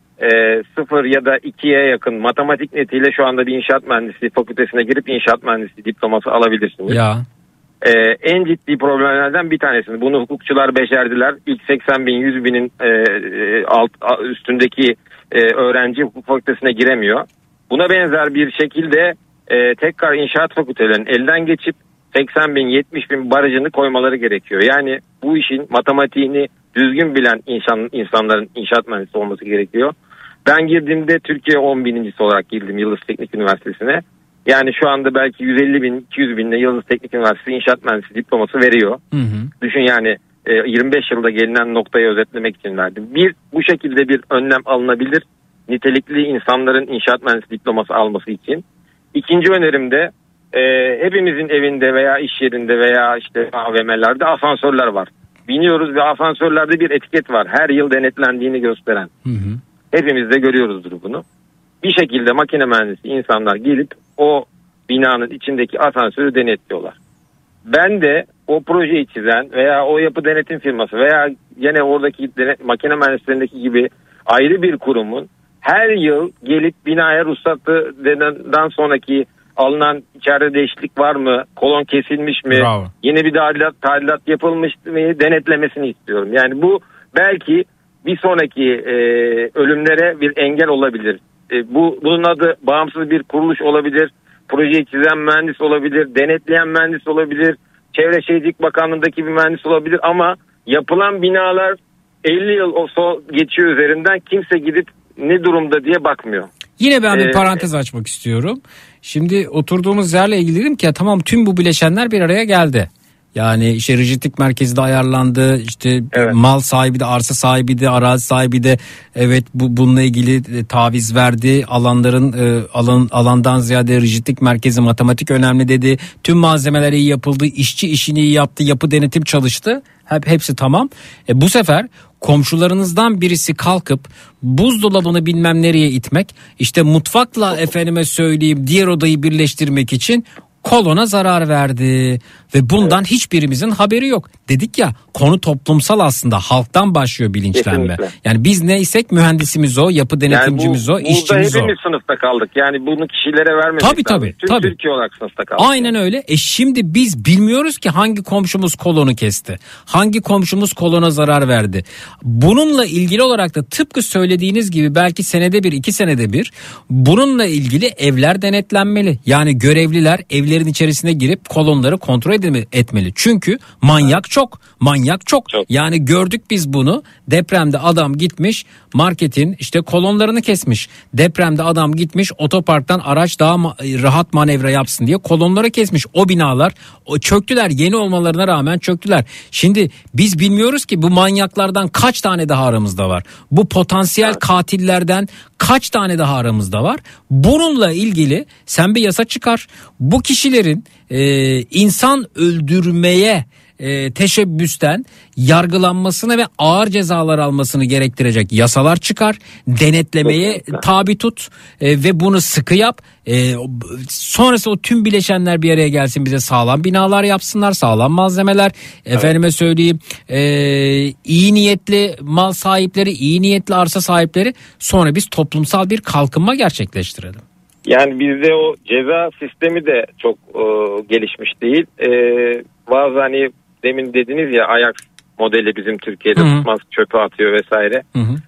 0 ya da 2'ye yakın matematik netiyle şu anda bir inşaat mühendisliği fakültesine girip inşaat mühendisliği diploması alabilirsiniz. Ya. En ciddi problemlerden bir tanesini. Bunu hukukçular becerdiler. İlk 80 bin 100 binin üstündeki öğrenci hukuk fakültesine giremiyor. Buna benzer bir şekilde tekrar inşaat fakültelerinin elden geçip 80 bin 70 bin barajını koymaları gerekiyor. Yani bu işin matematiğini düzgün bilen insanların inşaat mühendisi olması gerekiyor. Ben girdiğimde Türkiye 10 binincisi olarak girdim Yıldız Teknik Üniversitesi'ne. Yani şu anda belki 150 bin, 200 binle Yıldız Teknik Üniversitesi inşaat mühendisi diploması veriyor. Hı hı. Düşün yani 25 yılda gelinen noktayı özetlemek için verdim. Bu şekilde bir önlem alınabilir. Nitelikli insanların inşaat mühendisi diploması alması için. İkinci önerim de hepimizin evinde veya iş yerinde veya işte AVM'lerde asansörler var. Biniyoruz ve asansörlerde bir etiket var. Her yıl denetlendiğini gösteren. Hı hı. Hepimiz de görüyoruzdur bunu. Bir şekilde makine mühendisi insanlar gelip o binanın içindeki asansörü denetliyorlar. Ben de o projeyi çizen veya o yapı denetim firması veya yine oradaki makine mühendislerindeki gibi ayrı bir kurumun her yıl gelip binaya ruhsatından sonraki alınan içeride değişiklik var mı, kolon kesilmiş mi, Bravo. yeni bir tadilat yapılmış mı denetlemesini istiyorum. Yani bu belki bir sonraki ölümlere bir engel olabilir. Bunun adı bağımsız bir kuruluş olabilir, projeyi çizen mühendis olabilir, denetleyen mühendis olabilir, Çevre Şehircilik Bakanlığı'ndaki bir mühendis olabilir ama yapılan binalar 50 yıl geçiyor üzerinden, kimse gidip ne durumda diye bakmıyor. Yine ben bir parantez açmak istiyorum. Şimdi oturduğumuz yerle ilgili dedim ki tamam, tüm bu bileşenler bir araya geldi. Yani işte rigidlik merkezi de ayarlandı, işte evet, mal sahibi de, arsa sahibi de, arazi sahibi de evet bununla ilgili taviz verdi. Alandan ziyade rigidlik merkezi, matematik önemli dedi. Tüm malzemeler iyi yapıldı, işçi işini iyi yaptı, yapı denetim çalıştı. Hepsi tamam. Bu sefer komşularınızdan birisi kalkıp buzdolabını bilmem nereye itmek, işte mutfakla efendime söyleyeyim diğer odayı birleştirmek için kolona zarar verdi ve bundan hiçbirimizin haberi yok. Dedik ya, konu toplumsal, aslında halktan başlıyor bilinçlenme. Kesinlikle. Yani biz neysek mühendisimiz o, yapı denetimcimiz o, işçimiz o. Burada hepimiz sınıfta kaldık. Yani bunu kişilere vermemek lazım. Tabii. Türkiye olarak sınıfta kaldık. Aynen öyle. Şimdi biz bilmiyoruz ki hangi komşumuz kolonu kesti, hangi komşumuz kolona zarar verdi. Bununla ilgili olarak da tıpkı söylediğiniz gibi belki senede bir, 2 senede bir bununla ilgili evler denetlenmeli. Yani görevliler evlerin içerisine girip kolonları kontrol etmeli. Çünkü manyak çok. Yani gördük biz bunu. Depremde adam gitmiş marketin işte kolonlarını kesmiş. Depremde adam gitmiş otoparktan araç daha rahat manevra yapsın diye kolonları kesmiş. O binalar çöktüler. Yeni olmalarına rağmen çöktüler. Şimdi biz bilmiyoruz ki bu manyaklardan kaç tane daha aramızda var. Bu potansiyel katillerden kaç tane daha aramızda var. Bununla ilgili sen bir yasa çıkar. Bu kişilerin insan öldürmeye teşebbüsten yargılanmasını ve ağır cezalar almasını gerektirecek yasalar çıkar. Denetlemeye tabi tut ve bunu sıkı yap. Sonrası o tüm bileşenler bir araya gelsin, bize sağlam binalar yapsınlar, sağlam malzemeler. Efendime söyleyeyim, iyi niyetli mal sahipleri, iyi niyetli arsa sahipleri, sonra biz toplumsal bir kalkınma gerçekleştirelim. Yani bizde o ceza sistemi de çok gelişmiş değil. Bazı hani demin dediniz ya, Ajax modeli bizim Türkiye'de tutmaz, çöpe atıyor vesaire.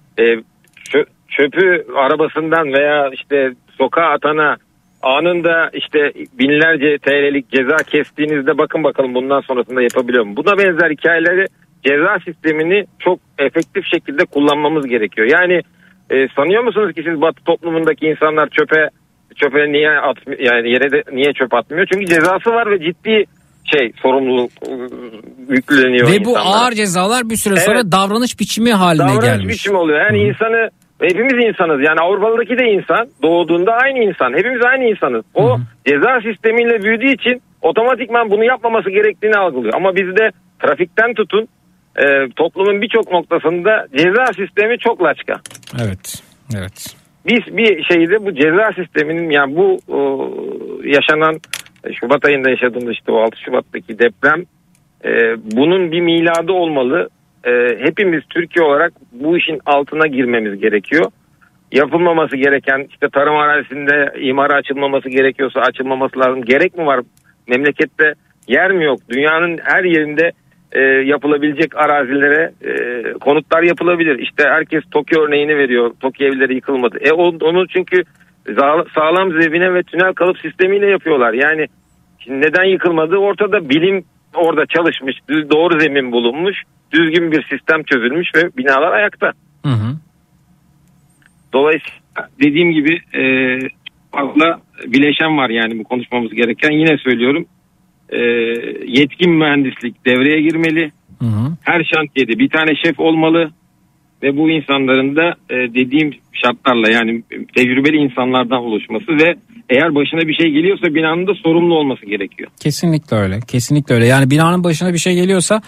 Çöpü arabasından veya işte sokağa atana anında işte binlerce TL'lik ceza kestiğinizde bakın bakalım bundan sonrasında yapabiliyor mu? Buna benzer hikayeleri, ceza sistemini çok efektif şekilde kullanmamız gerekiyor. Yani sanıyor musunuz ki siz Batı toplumundaki insanlar çöpe niye yani yere de niye çöp atmıyor? Çünkü cezası var ve ciddi sorumluluk yükleniyor. Ve bu insanlara. Ağır cezalar bir süre sonra davranış biçimi haline gelmiş. Davranış biçimi oluyor. Yani insanı, hepimiz insanız. Yani Avrupalı'daki de insan, doğduğunda aynı insan. Hepimiz aynı insanız. O ceza sistemiyle büyüdüğü için otomatikman bunu yapmaması gerektiğini algılıyor. Ama bizde trafikten tutun toplumun birçok noktasında ceza sistemi çok laçka. Evet. Biz bir şeyde bu ceza sisteminin, yani bu yaşanan Şubat ayında yaşadığımız işte o 6 Şubat'taki deprem bunun bir miladı olmalı. Hepimiz Türkiye olarak bu işin altına girmemiz gerekiyor. Yapılmaması gereken, işte tarım arazisinde imara açılmaması gerekiyorsa açılmaması lazım. Gerek mi var? Memlekette yer mi yok? Dünyanın her yerinde yapılabilecek arazilere konutlar yapılabilir. İşte herkes TOKİ örneğini veriyor. TOKİ evleri yıkılmadı. Onu çünkü sağlam zemine ve tünel kalıp sistemiyle yapıyorlar. Yani şimdi neden yıkılmadığı ortada, bilim orada çalışmış, doğru zemin bulunmuş, düzgün bir sistem çözülmüş ve binalar ayakta. Dolayısıyla dediğim gibi fazla bileşen var yani bu konuşmamız gereken. Yine söylüyorum, yetkin mühendislik devreye girmeli. Her şantiyede bir tane şef olmalı. ve bu insanların da dediğim şartlarla, yani tecrübeli insanlardan oluşması ve eğer başına bir şey geliyorsa binanın da sorumlu olması gerekiyor. Kesinlikle öyle. Kesinlikle öyle. Yani binanın başına bir şey geliyorsa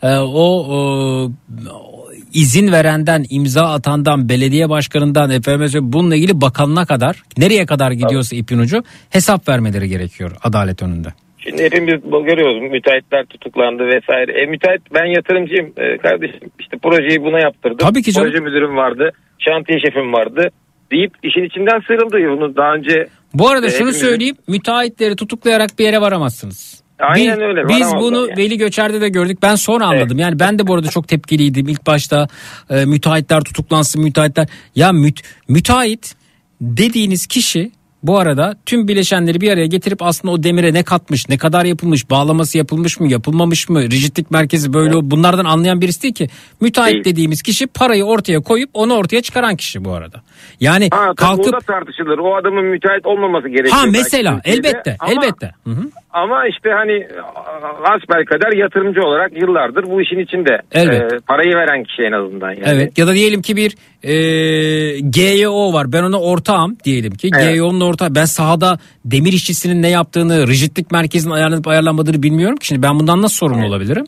izin verenden, imza atandan, belediye başkanından, bununla ilgili bakanına kadar, nereye kadar gidiyorsa ipin ucu, hesap vermeleri gerekiyor adalet önünde. Şimdi hepimiz görüyoruz, müteahhitler tutuklandı vesaire. Müteahhit, ben yatırımcıyım kardeşim, işte projeyi buna yaptırdım. Tabii ki canım. Proje müdürüm vardı, şantiye şefim vardı deyip işin içinden sıyrıldı. Bunu daha önce... Bu arada şunu söyleyeyim, müteahhitleri tutuklayarak bir yere varamazsınız. Aynen öyle. Biz bunu yani Veli Göçer'de de gördük. Ben sonra anladım. Evet. Yani ben de bu arada çok tepkiliydim. İlk başta müteahhitler tutuklansın, müteahhitler. Ya müteahhit dediğiniz kişi bu arada tüm bileşenleri bir araya getirip aslında o demire ne katmış, ne kadar yapılmış, bağlaması yapılmış mı, yapılmamış mı, rigidlik merkezi böyle, evet, bunlardan anlayan birisi değil ki. Müteahhit değil dediğimiz kişi parayı ortaya koyup onu ortaya çıkaran kişi bu arada. Yani kalkıp... Burada tartışılır. O adamın müteahhit olmaması gerekiyor. Ha mesela elbette, elbette. Hı-hı. Ama işte hani hasbelkader yatırımcı olarak yıllardır bu işin içinde. Parayı veren kişi en azından. Yani. Evet, ya da diyelim ki bir GYO var. Ben ona ortağım diyelim ki. Evet. GYO'nun ortağı. Ben sahada demir işçisinin ne yaptığını, rigidlik merkezinin ayarlanıp ayarlanmadığını bilmiyorum ki. Şimdi ben bundan nasıl sorumlu olabilirim?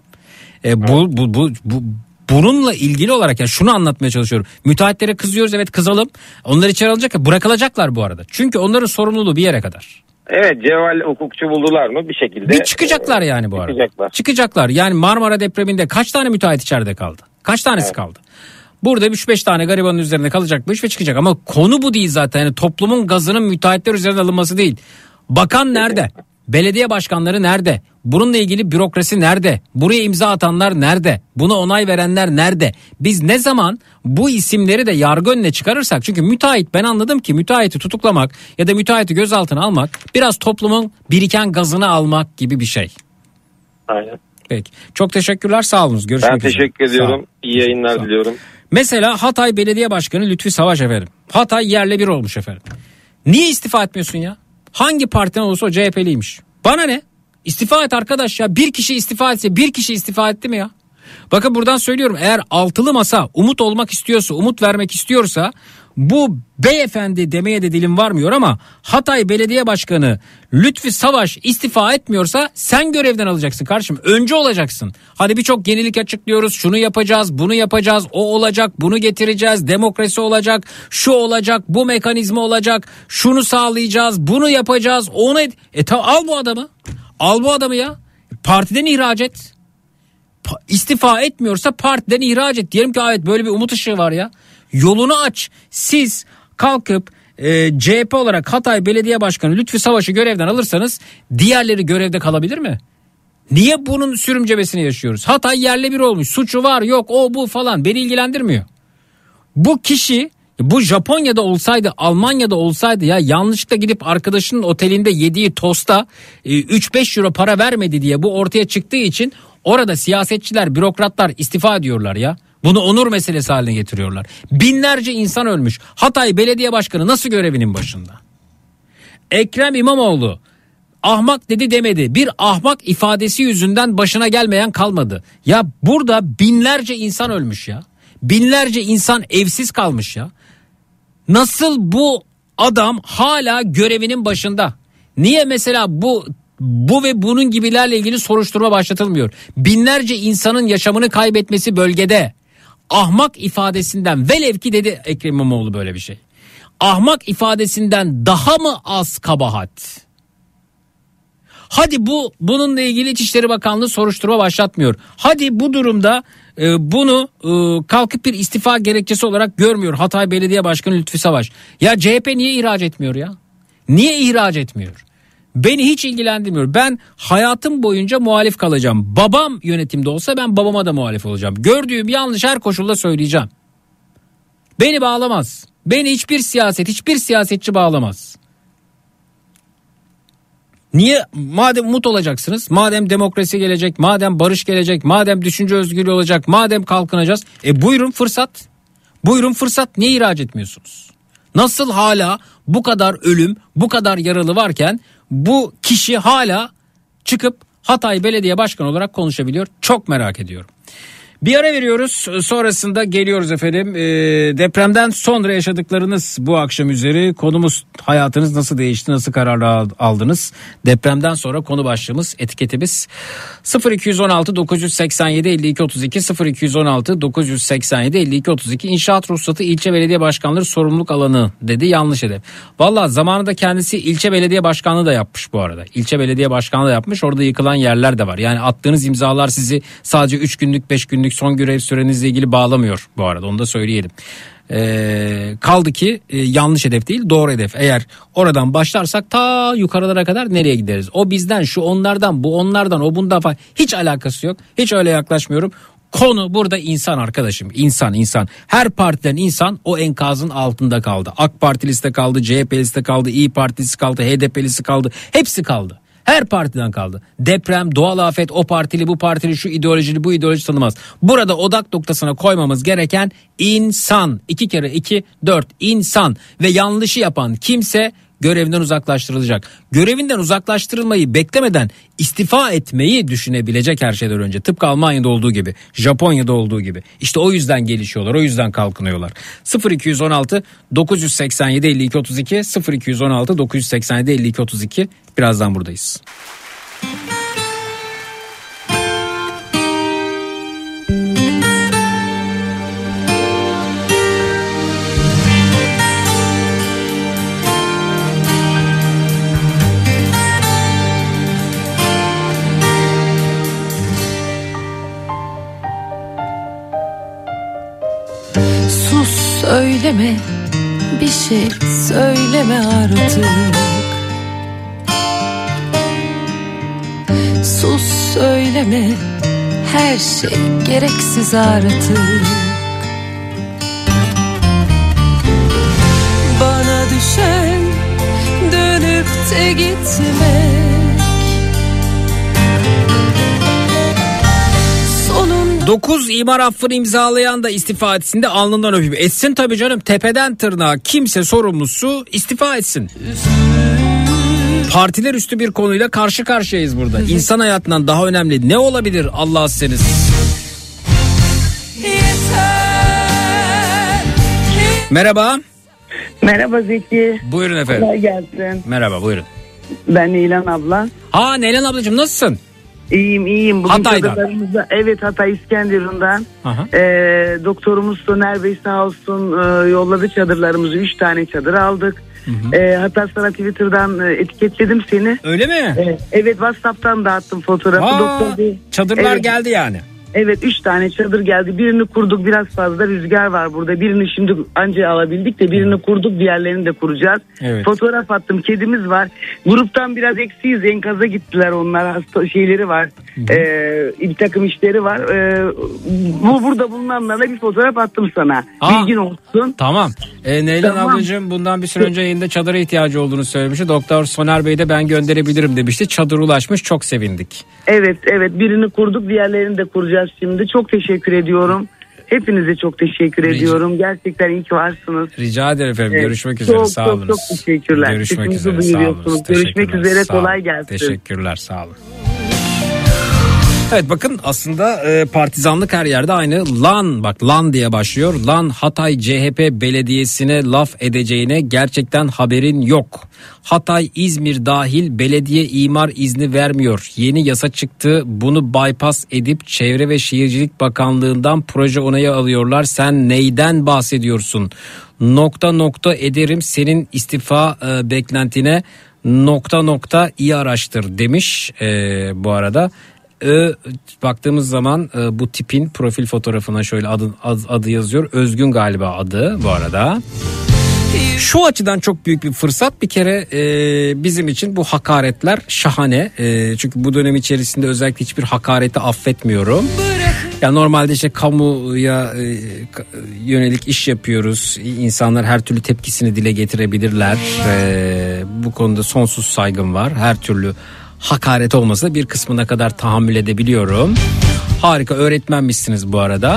Bununla ilgili olarak yani şunu anlatmaya çalışıyorum. Müteahhitlere kızıyoruz, evet kızalım. Onlar içeri alacak ya, bırakılacaklar bu arada. Çünkü onların sorumluluğu bir yere kadar. Evet, cevval hukukçu buldular mı bir şekilde. Bir çıkacaklar yani bu arada. Çıkacaklar. Yani Marmara depreminde kaç tane müteahhit içeride kaldı? Kaç tanesi kaldı? Burada 3-5 tane garibanın üzerine kalacak bu iş ve çıkacak. Ama konu bu değil zaten. Yani toplumun gazının müteahhitler üzerine alınması değil. Bakan nerede? Belediye başkanları nerede? Bununla ilgili bürokrasi nerede? Buraya imza atanlar nerede? Buna onay verenler nerede? Biz ne zaman bu isimleri de yargı önüne çıkarırsak, çünkü müteahhit, ben anladım ki müteahhiti tutuklamak ya da müteahhiti gözaltına almak biraz toplumun biriken gazını almak gibi bir şey. Aynen. Peki. Çok teşekkürler, sağ olunuz. Görüşmek üzere. Ben teşekkür ediyorum. İyi yayınlar diliyorum. Mesela Hatay Belediye Başkanı Lütfi Savaş efendim. Hatay yerle bir olmuş efendim. Niye istifa etmiyorsun ya? Hangi partiden olursa o CHP'liymiş. Bana ne? İstifa et arkadaş ya. Bir kişi istifa etse, bir kişi istifa etti mi ya? Bakın buradan söylüyorum, eğer altılı masa umut olmak istiyorsa, umut vermek istiyorsa, bu beyefendi demeye de dilim varmıyor ama Hatay Belediye Başkanı Lütfi Savaş istifa etmiyorsa sen görevden alacaksın kardeşim. Önce olacaksın. Hadi birçok yenilik açıklıyoruz. Şunu yapacağız, bunu yapacağız, o olacak, bunu getireceğiz, demokrasi olacak, şu olacak, bu mekanizma olacak, şunu sağlayacağız, bunu yapacağız, onu al bu adamı. Al bu adamı ya. Partiden ihraç et. İstifa etmiyorsa partiden ihraç et. Diyelim ki evet, böyle bir umut ışığı var ya. Yolunu aç. Siz kalkıp CHP olarak Hatay Belediye Başkanı Lütfi Savaş'ı görevden alırsanız diğerleri görevde kalabilir mi? Niye bunun sürümcemesini yaşıyoruz? Hatay yerle bir olmuş. Suçu var yok, o bu falan, beni ilgilendirmiyor. Bu kişi, bu Japonya'da olsaydı, Almanya'da olsaydı ya, yanlışlıkla gidip arkadaşının otelinde yediği tosta 3-5 euro para vermedi diye bu ortaya çıktığı için orada siyasetçiler, bürokratlar istifa ediyorlar ya. Bunu onur meselesi haline getiriyorlar. Binlerce insan ölmüş. Hatay Belediye Başkanı nasıl görevinin başında? Ekrem İmamoğlu ahmak dedi demedi. Bir ahmak ifadesi yüzünden başına gelmeyen kalmadı. Ya burada binlerce insan ölmüş ya. Binlerce insan evsiz kalmış ya. Nasıl bu adam hala görevinin başında? Niye mesela bu ve bunun gibilerle ilgili soruşturma başlatılmıyor? Binlerce insanın yaşamını kaybetmesi bölgede. Ahmak ifadesinden, velev ki dedi Ekrem İmamoğlu böyle bir şey, ahmak ifadesinden daha mı az kabahat? Hadi bununla ilgili İçişleri Bakanlığı soruşturma başlatmıyor. Hadi bu durumda bunu kalkıp bir istifa gerekçesi olarak görmüyor Hatay Belediye Başkanı Lütfi Savaş. Ya CHP niye ihraç etmiyor ya? Niye ihraç etmiyor? Beni hiç ilgilendirmiyor. Ben hayatım boyunca muhalif kalacağım. Babam yönetimde olsa ben babama da muhalif olacağım. Gördüğüm yanlış her koşulda söyleyeceğim. Beni bağlamaz. Beni hiçbir siyasetçi bağlamaz. Niye? Madem umut olacaksınız, madem demokrasi gelecek, madem barış gelecek, madem düşünce özgürlüğü olacak, madem kalkınacağız, buyurun fırsat. Buyurun fırsat. Niye ihraç etmiyorsunuz? Nasıl hala bu kadar ölüm, bu kadar yaralı varken bu kişi hala çıkıp Hatay Belediye Başkanı olarak konuşabiliyor? Çok merak ediyorum. Bir ara veriyoruz. Sonrasında geliyoruz efendim. Depremden sonra yaşadıklarınız bu akşam üzeri. Konumuz hayatınız nasıl değişti? Nasıl kararlar aldınız? Depremden sonra konu başlığımız, etiketimiz 0216 987 52 32 0216 987 52 32. İnşaat ruhsatı ilçe belediye başkanları sorumluluk alanı dedi, yanlış hedef. Valla zamanında kendisi ilçe belediye başkanlığı da yapmış bu arada. İlçe belediye başkanlığı da yapmış. Orada yıkılan yerler de var. Yani attığınız imzalar sizi sadece 3 günlük 5 günlük son görev sürenizle ilgili bağlamıyor bu arada, onu da söyleyelim. Kaldı ki yanlış hedef değil, doğru hedef. Eğer oradan başlarsak ta yukarılara kadar nereye gideriz? O bizden, şu onlardan, bu onlardan, o bundan falan hiç alakası yok. Hiç öyle yaklaşmıyorum. Konu burada insan arkadaşım. İnsan. Her partiden insan o enkazın altında kaldı. AK Partilisi de kaldı, CHP'lisi de kaldı, İYİ Partisi kaldı, HDP'lisi kaldı. Hepsi kaldı. Her partiden kaldı. Deprem, doğal afet, o partili, bu partili, şu ideolojili, bu ideoloji tanımaz. Burada odak noktasına koymamız gereken insan. 2 kere 2 4 insan ve yanlışı yapan kimse görevinden uzaklaştırılacak. Görevinden uzaklaştırılmayı beklemeden istifa etmeyi düşünebilecek her şeyden önce. Tıpkı Almanya'da olduğu gibi, Japonya'da olduğu gibi. İşte o yüzden gelişiyorlar, o yüzden kalkınıyorlar. 0216 987 52 32 0216 987 52 32. Birazdan buradayız. Söyleme, bir şey söyleme artık. Sus söyleme, her şey gereksiz artık. Bana düşen dönüp de gitmek. 9 imar affını imzalayan da istifa etsin de alnından öpeyim. Etsin tabii canım, tepeden tırnağa kimse sorumlusu istifa etsin. Partiler üstü bir konuyla karşı karşıyayız burada. İnsan hayatından daha önemli ne olabilir Allah seniz? Merhaba. Merhaba Zeki. Buyurun efendim. Kolay gelsin. Merhaba, buyurun. Ben Neylan abla. Neylan ablacığım, nasılsın? İyiyim. Bugün Hatay'dan. Evet, Hatay İskenderun'dan. Doktorumuz Soner Bey sağ olsun yolladı çadırlarımızı. 3 tane çadır aldık. Hatta sana Twitter'dan etiketledim seni. Öyle mi? Evet, WhatsApp'tan dağıttım fotoğrafı. Doktor Bey. Çadırlar geldi yani. Evet, 3 tane çadır geldi. Birini kurduk, biraz fazla rüzgar var burada. Birini şimdi anca alabildik de birini kurduk, diğerlerini de kuracağız. Evet. Fotoğraf attım, kedimiz var. Gruptan biraz eksiyiz, enkaza gittiler onlar, hasta şeyleri var. Bir takım işleri var. Burada bulunanlarla bir fotoğraf attım sana. Bilgin olsun. Tamam. Neylan ablacığım bundan bir süre önce yayında çadıra ihtiyacı olduğunu söylemişti. Doktor Soner Bey de ben gönderebilirim demişti. Çadır ulaşmış, çok sevindik. Evet, birini kurduk, diğerlerini de kuracağız şimdi. Çok teşekkür ediyorum. Hepinize çok teşekkür ediyorum. Gerçekten iyi ki varsınız. Rica ederim efendim. Görüşmek üzere. Sağ olun. Çok teşekkürler. Görüşmek üzere. Sağ olun. Görüşmek üzere. Kolay gelsin. Teşekkürler. Sağ olun. Evet, bakın aslında partizanlık her yerde aynı. Lan diye başlıyor. Lan Hatay CHP belediyesine laf edeceğine gerçekten haberin yok. Hatay, İzmir dahil belediye imar izni vermiyor. Yeni yasa çıktı. Bunu bypass edip Çevre ve Şehircilik Bakanlığı'ndan proje onayı alıyorlar. Sen neyden bahsediyorsun? ... ederim senin istifa beklentine ... iyi araştır demiş bu arada. Baktığımız zaman bu tipin profil fotoğrafına şöyle adı yazıyor. Özgün galiba adı bu arada. Şu açıdan çok büyük bir fırsat. Bir kere bizim için bu hakaretler şahane. Çünkü bu dönem içerisinde özellikle hiçbir hakareti affetmiyorum. Ya normalde işte kamuya yönelik iş yapıyoruz. İnsanlar her türlü tepkisini dile getirebilirler. Bu konuda sonsuz saygım var. Her türlü hakaret olmasa da bir kısmına kadar tahammül edebiliyorum. Harika öğretmenmişsiniz bu arada.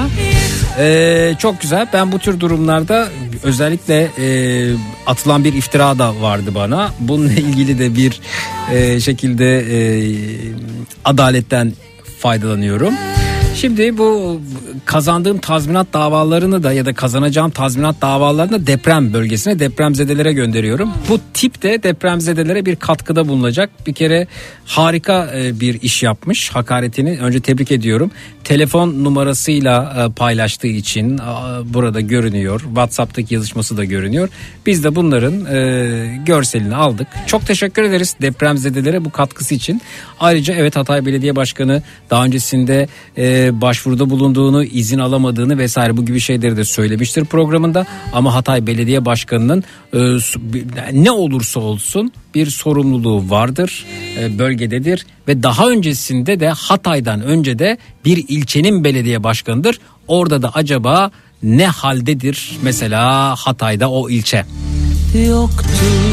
Çok güzel. Ben bu tür durumlarda özellikle atılan bir iftira da vardı bana. Bununla ilgili de bir şekilde adaletten faydalanıyorum. Şimdi bu kazandığım tazminat davalarını da ya da kazanacağım tazminat davalarını da deprem bölgesine, depremzedelere gönderiyorum. Bu tip de depremzedelere bir katkıda bulunacak. Bir kere harika bir iş yapmış. Hakaretini önce tebrik ediyorum. Telefon numarasıyla paylaştığı için burada görünüyor. WhatsApp'taki yazışması da görünüyor. Biz de bunların görselini aldık. Çok teşekkür ederiz depremzedelere bu katkısı için. Ayrıca evet, Hatay Belediye Başkanı daha öncesinde başvuruda bulunduğunu, izin alamadığını vesaire bu gibi şeyleri de söylemiştir programında. Ama Hatay Belediye Başkanı'nın ne olursa olsun bir sorumluluğu vardır, bölgededir ve daha öncesinde de Hatay'dan önce de bir ilçenin belediye başkanıdır. Orada da acaba ne haldedir mesela Hatay'da o ilçe? Yoktur.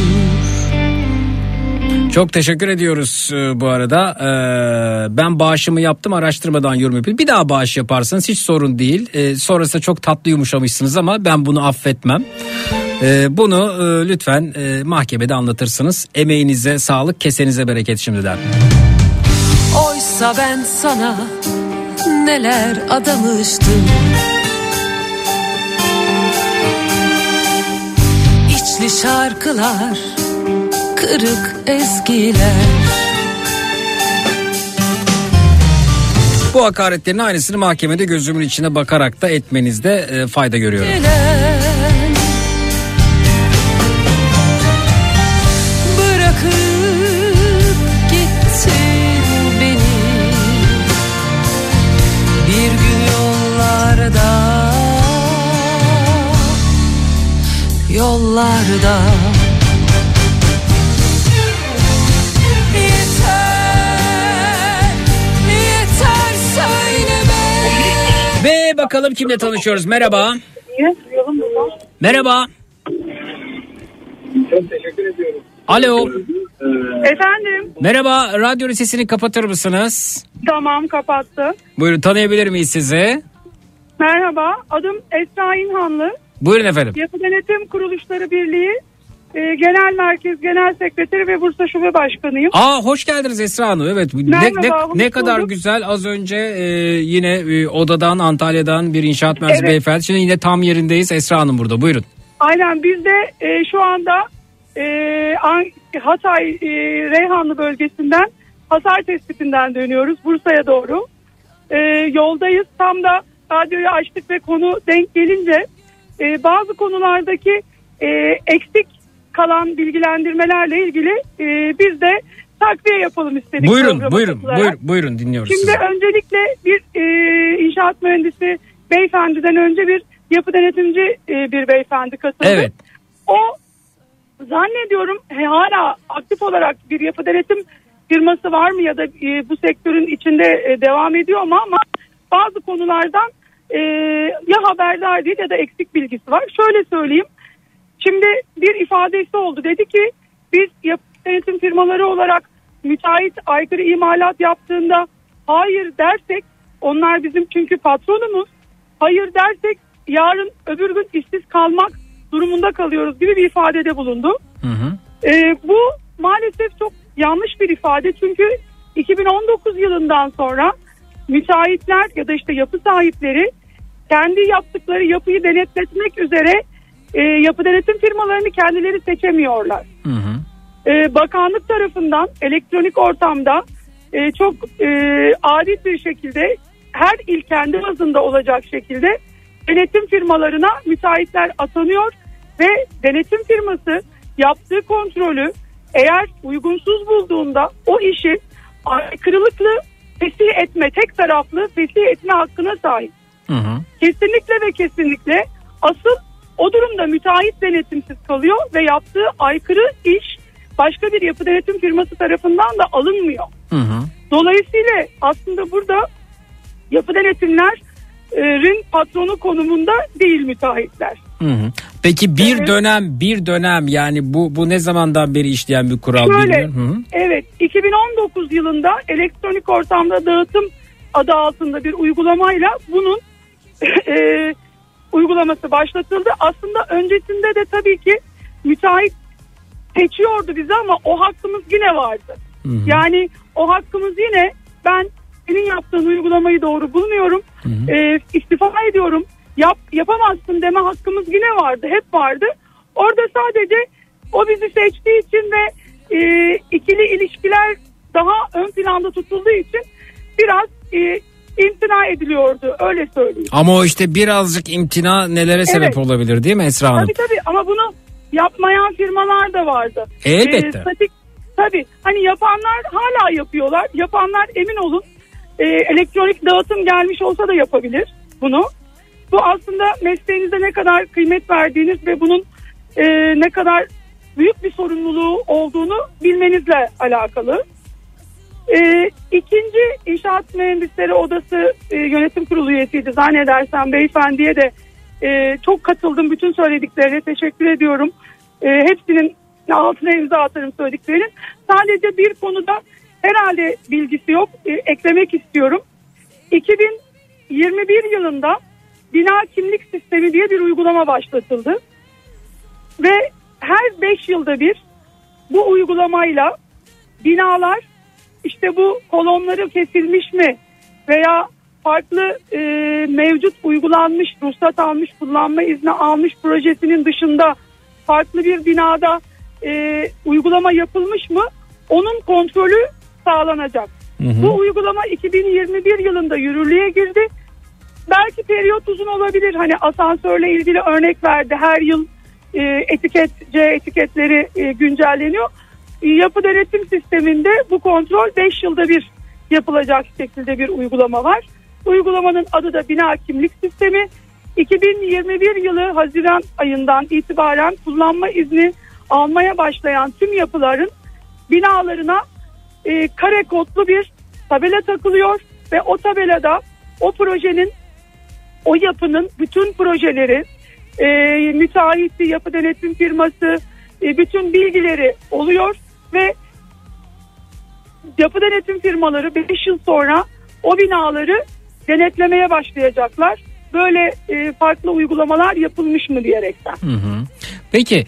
Çok teşekkür ediyoruz bu arada. Ben bağışımı yaptım, araştırmadan yorum yapıyorum. Bir daha bağış yaparsanız hiç sorun değil. Sonrasında çok tatlı yumuşamışsınız ama ben bunu affetmem. Bunu lütfen mahkemede anlatırsınız. Emeğinize sağlık, kesenize bereket şimdiden. Oysa ben sana neler adamıştım. İçli şarkılar, kırık ezgiler. Bu hakaretlerin aynısını mahkemede gözümün içine bakarak da etmenizde fayda görüyorum. Bırakıp gittin beni bir gün yollarda. Yeter söyleme. Ve bakalım kimle tanışıyoruz. Merhaba. Merhaba. Çok teşekkür ediyorum. Alo. Efendim? Merhaba, radyo sesini kapatır mısınız? Tamam, kapattım. Buyurun, tanıyabilir miyiz sizi? Merhaba, adım Esra İnhanlı. Buyurun efendim. Yapı Denetim Kuruluşları Birliği Genel Merkez Genel Sekreteri ve Bursa Şube Başkanıyım. Hoş geldiniz Esra Hanım. Evet. Merhaba, ne kadar güzel. Az önce yine odadan, Antalya'dan bir inşaat mühendisi beyefendi. Şimdi yine tam yerindeyiz. Esra Hanım burada. Buyurun. Aynen, biz de şu anda Hatay Reyhanlı bölgesinden hasar tespitinden dönüyoruz Bursa'ya doğru. Yoldayız. Tam da radyoyu açtık ve konu denk gelince bazı konulardaki eksik kalan bilgilendirmelerle ilgili biz de takviye yapalım istedik. Buyurun dinliyoruz Şimdi sizi. öncelikle bir inşaat mühendisi beyefendiden önce bir yapı denetimci bir beyefendi katıldı. Evet. O zannediyorum hala aktif olarak bir yapı denetim firması var mı ya da bu sektörün içinde devam ediyor mu, ama bazı konulardan ya haberdar değil ya da eksik bilgisi var. Şöyle söyleyeyim. Şimdi bir ifadesi oldu. Dedi ki biz yapı denetim firmaları olarak müteahhit aykırı imalat yaptığında hayır dersek, onlar bizim çünkü patronumuz, hayır dersek yarın öbür gün işsiz kalmak durumunda kalıyoruz gibi bir ifadede bulundu. Hı hı. Bu maalesef çok yanlış bir ifade, çünkü 2019 yılından sonra müteahhitler ya da işte yapı sahipleri kendi yaptıkları yapıyı denetletmek üzere yapı denetim firmalarını kendileri seçemiyorlar. Hı hı. Bakanlık tarafından elektronik ortamda çok adil bir şekilde her il kendi bazında olacak şekilde denetim firmalarına müteahhitler atanıyor ve denetim firması yaptığı kontrolü eğer uygunsuz bulduğunda o işi aykırılıklı fesih etme, tek taraflı fesih etme hakkına sahip. Hı hı. Kesinlikle ve kesinlikle asıl o durumda müteahhit denetimsiz kalıyor ve yaptığı aykırı iş başka bir yapı denetim firması tarafından da alınmıyor. Hı hı. Dolayısıyla aslında burada yapı denetimlerin patronu konumunda değil müteahhitler. Hı hı. Peki bir dönem yani bu ne zamandan beri işleyen bir kural bilmiyorum. Hı hı. Evet, 2019 yılında elektronik ortamda dağıtım adı altında bir uygulamayla bunun uygulaması başlatıldı. Aslında öncesinde de tabii ki müteahhit seçiyordu bizi ama o hakkımız yine vardı. Hı hı. Yani o hakkımız yine, ben senin yaptığın uygulamayı doğru bulmuyorum. İstifa ediyorum. Yapamazsın deme hakkımız yine vardı. Hep vardı. Orada sadece o bizi seçtiği için ve ikili ilişkiler daha ön planda tutulduğu için biraz imtina ediliyordu, öyle söyleyeyim. Ama o işte birazcık imtina nelere sebep olabilir değil mi Esra Hanım? Tabii ama bunu yapmayan firmalar da vardı. Elbette. Tabii hani yapanlar hala yapıyorlar. Yapanlar emin olun elektronik dağıtım gelmiş olsa da yapabilir bunu. Bu aslında mesleğinize ne kadar kıymet verdiğiniz ve bunun ne kadar büyük bir sorumluluğu olduğunu bilmenizle alakalı. İkinci İnşaat Mühendisleri Odası yönetim kurulu üyesiydi zannedersem, beyefendiye de çok katıldım, bütün söylediklerine teşekkür ediyorum. Hepsinin altına imza atarım söylediklerinin. Sadece bir konuda herhalde bilgisi yok, eklemek istiyorum. 2021 yılında bina kimlik sistemi diye bir uygulama başlatıldı ve her 5 yılda bir bu uygulamayla binalar işte bu kolonları kesilmiş mi veya farklı mevcut uygulanmış, ruhsat almış, kullanma izni almış projesinin dışında farklı bir binada uygulama yapılmış mı, onun kontrolü sağlanacak. Bu uygulama 2021 yılında yürürlüğe girdi. Belki periyot uzun olabilir. Hani asansörle ilgili örnek verdi. Her yıl etiketleri güncelleniyor. Yapı denetim sisteminde bu kontrol 5 yılda bir yapılacak şekilde bir uygulama var. Uygulamanın adı da bina kimlik sistemi. 2021 yılı Haziran ayından itibaren kullanma izni almaya başlayan tüm yapıların binalarına kare kodlu bir tabela takılıyor ve o tabelada o projenin, o yapının bütün projeleri, müteahhiti, yapı denetim firması, bütün bilgileri oluyor ve yapı denetim firmaları 5 yıl sonra o binaları denetlemeye başlayacaklar. Böyle farklı uygulamalar yapılmış mı diyerekten. Peki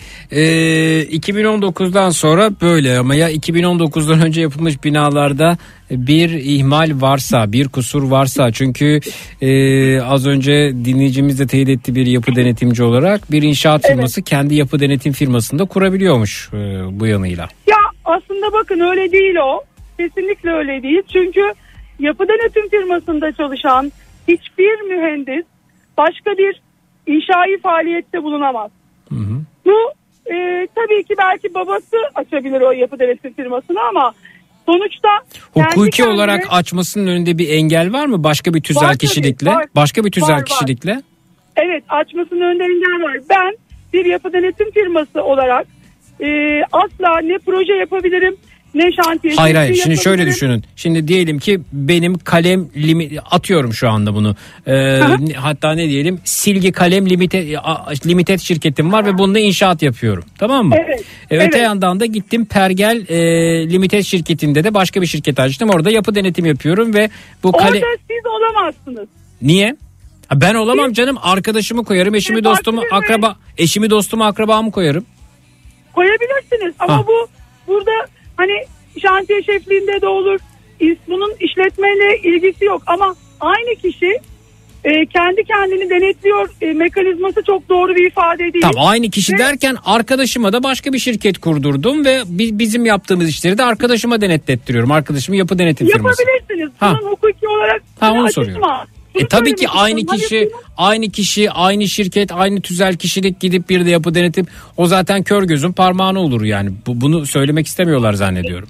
2019'dan sonra böyle, ama ya 2019'dan önce yapılmış binalarda bir ihmal varsa, bir kusur varsa, çünkü az önce dinleyicimiz de teyit etti, bir yapı denetimci olarak bir inşaat firması kendi yapı denetim firmasını da kurabiliyormuş bu yanıyla. Ya aslında bakın öyle değil o. Kesinlikle öyle değil. Çünkü yapı denetim firmasında çalışan hiçbir mühendis başka bir inşai faaliyette bulunamaz. Bu tabii ki belki babası açabilir o yapı denetim firmasını ama sonuçta hukuki olarak açmasının önünde bir engel var mı? Başka bir tüzel kişilikle? Başka bir tüzel kişilikle? Evet, açmasının önünde engel var. Ben bir yapı denetim firması olarak asla ne proje yapabilirim, ne şantiye. Hayır. Şimdi şöyle düşünün. Şimdi diyelim ki benim kalem atıyorum şu anda bunu. Hatta ne diyelim, Silgi Kalem Limited şirketim var ve bununla inşaat yapıyorum. Tamam mı? Öte yandan da gittim Pergel Limited şirketinde de başka bir şirket açtım. Orada yapı denetim yapıyorum ve bu orada siz olamazsınız. Niye? Ben olamam canım. Arkadaşımı koyarım, eşimi dostumu akrabamı koyarım. Koyabilirsiniz ama bu burada hani şantiye şefliğinde de olur. Bunun işletmeyle ilgisi yok ama aynı kişi kendi kendini denetliyor mekanizması çok doğru bir ifade değil. Tamam, aynı kişi derken arkadaşıma da başka bir şirket kurdurdum ve bizim yaptığımız işleri de arkadaşıma denetlettiriyorum. Arkadaşımın yapı denetim firması. Yapabilirsiniz. Bunun hukuki olarak onu soruyorum. Tabii ki aynı kişi, aynı şirket, aynı tüzel kişilik gidip bir de yapı denetim, o zaten kör gözün parmağını olur yani. Bunu söylemek istemiyorlar zannediyorum.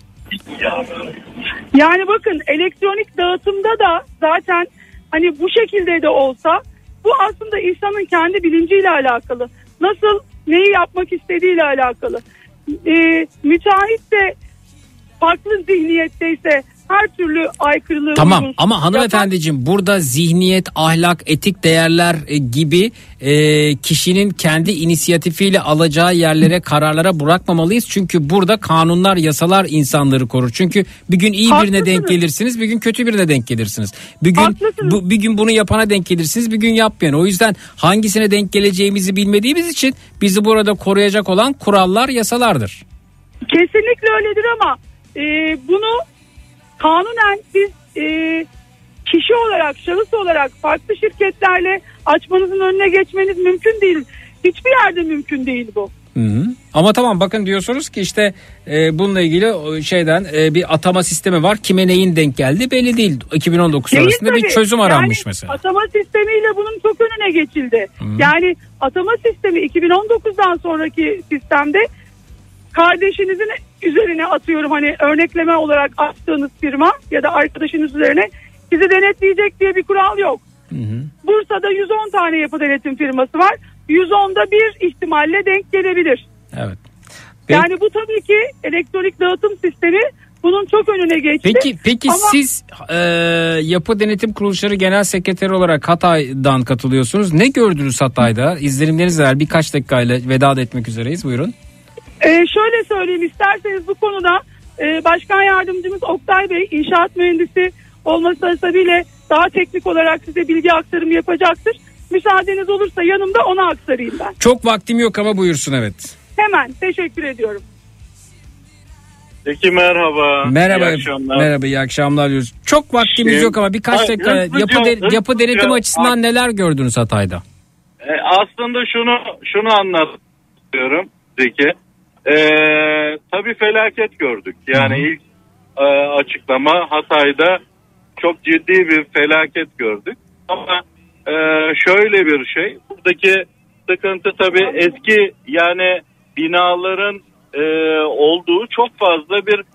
Yani bakın elektronik dağıtımda da zaten hani bu şekilde de olsa bu aslında insanın kendi bilinciyle alakalı. Nasıl neyi yapmak istediğiyle alakalı. Müteahhit de farklı zihniyetteyse her türlü aykırılığı. Tamam ama hanımefendiciğim, burada zihniyet, ahlak, etik değerler gibi kişinin kendi inisiyatifiyle alacağı yerlere, kararlara bırakmamalıyız. Çünkü burada kanunlar, yasalar insanları korur. Çünkü bir gün iyi birine denk gelirsiniz, bir gün kötü birine denk gelirsiniz. Bir gün bunu yapana denk gelirsiniz, bir gün yapmayan. O yüzden hangisine denk geleceğimizi bilmediğimiz için bizi burada koruyacak olan kurallar, yasalardır. Kesinlikle öyledir ama bunu kanunen biz kişi olarak, şahıs olarak farklı şirketlerle açmanızın önüne geçmeniz mümkün değil. Hiçbir yerde mümkün değil bu. Hı. Ama tamam, bakın diyorsunuz ki işte bununla ilgili bir atama sistemi var. Kime neyin denk geldi belli değil. 2019 sonrasında bir çözüm aranmış yani, mesela. Atama sistemiyle bunun çok önüne geçildi. Hı. Yani atama sistemi 2019'dan sonraki sistemde kardeşinizin üzerine, atıyorum hani örnekleme olarak açtığınız firma ya da arkadaşınız üzerine sizi denetleyecek diye bir kural yok. Hı hı. Bursa'da 110 tane yapı denetim firması var. 110'da bir ihtimalle denk gelebilir. Evet. Yani bu tabii ki elektronik dağıtım sistemi bunun çok önüne geçti. Peki ama siz Yapı Denetim Kuruluşları Genel Sekreteri olarak Hatay'dan katılıyorsunuz. Ne gördünüz Hatay'da? İzlenimleriniz neler? Birkaç dakikayla veda etmek üzereyiz. Buyurun. Şöyle söyleyeyim isterseniz, bu konuda Başkan Yardımcımız Oktay Bey inşaat mühendisi olması hasebiyle daha teknik olarak size bilgi aktarımı yapacaktır. Müsaadeniz olursa yanımda, ona aktarayım ben. Çok vaktim yok ama buyursun, evet. Hemen, teşekkür ediyorum. Peki, merhaba. Merhaba. İyi akşamlar. Merhaba, iyi akşamlar diyoruz. Çok vaktimiz yok ama birkaç dakika yapı denetim açısından neler gördünüz Hatay'da? Aslında şunu anlatıyorum Zeki. Tabii felaket gördük. Yani ilk açıklama Hatay'da çok ciddi bir felaket gördük. Ama şöyle bir şey, buradaki sıkıntı tabii eski yani binaların olduğu çok fazla bir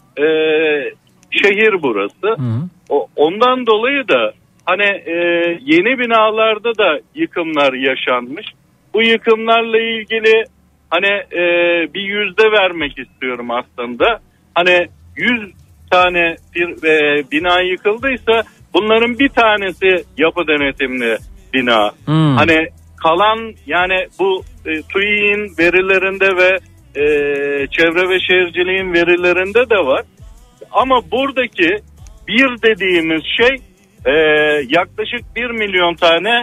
şehir burası. Ondan dolayı da hani yeni binalarda da yıkımlar yaşanmış. Bu yıkımlarla ilgili hani bir yüzde vermek istiyorum aslında. Hani 100 tane bina yıkıldıysa bunların bir tanesi yapı denetimli bina. Hani kalan yani bu TÜİ'nin verilerinde ve Çevre ve Şehirciliğin verilerinde de var. Ama buradaki bir dediğimiz şey yaklaşık 1 milyon tane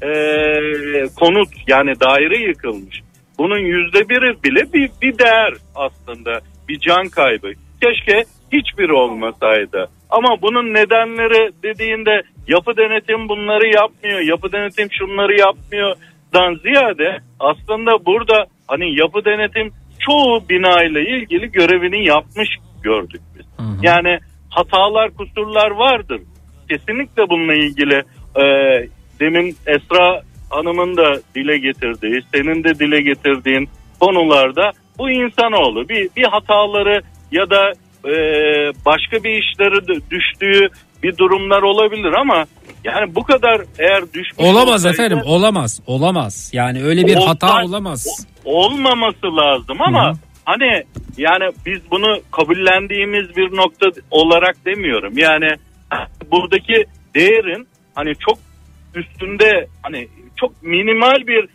konut yani daire yıkılmış. Bunun %1'i bile bir değer aslında, bir can kaybı. Keşke hiçbiri olmasaydı. Ama bunun nedenleri dediğinde yapı denetim bunları yapmıyor, yapı denetim şunları yapmıyordan ziyade aslında burada hani yapı denetim çoğu binayla ilgili görevini yapmış gördük biz. Yani hatalar, kusurlar vardır. Kesinlikle bununla ilgili demin Esra Hanım'ın da dile getirdiği, senin de dile getirdiğin konularda bu insanoğlu bir hataları ya da başka bir işleri düştüğü bir durumlar olabilir ama yani bu kadar eğer düşmüş olamaz olsaydı, efendim, olamaz. Yani öyle bir hata olamaz. Olmaması lazım ama hani yani biz bunu kabullendiğimiz bir nokta olarak demiyorum. Yani buradaki değerin hani çok üstünde, hani çok minimal bir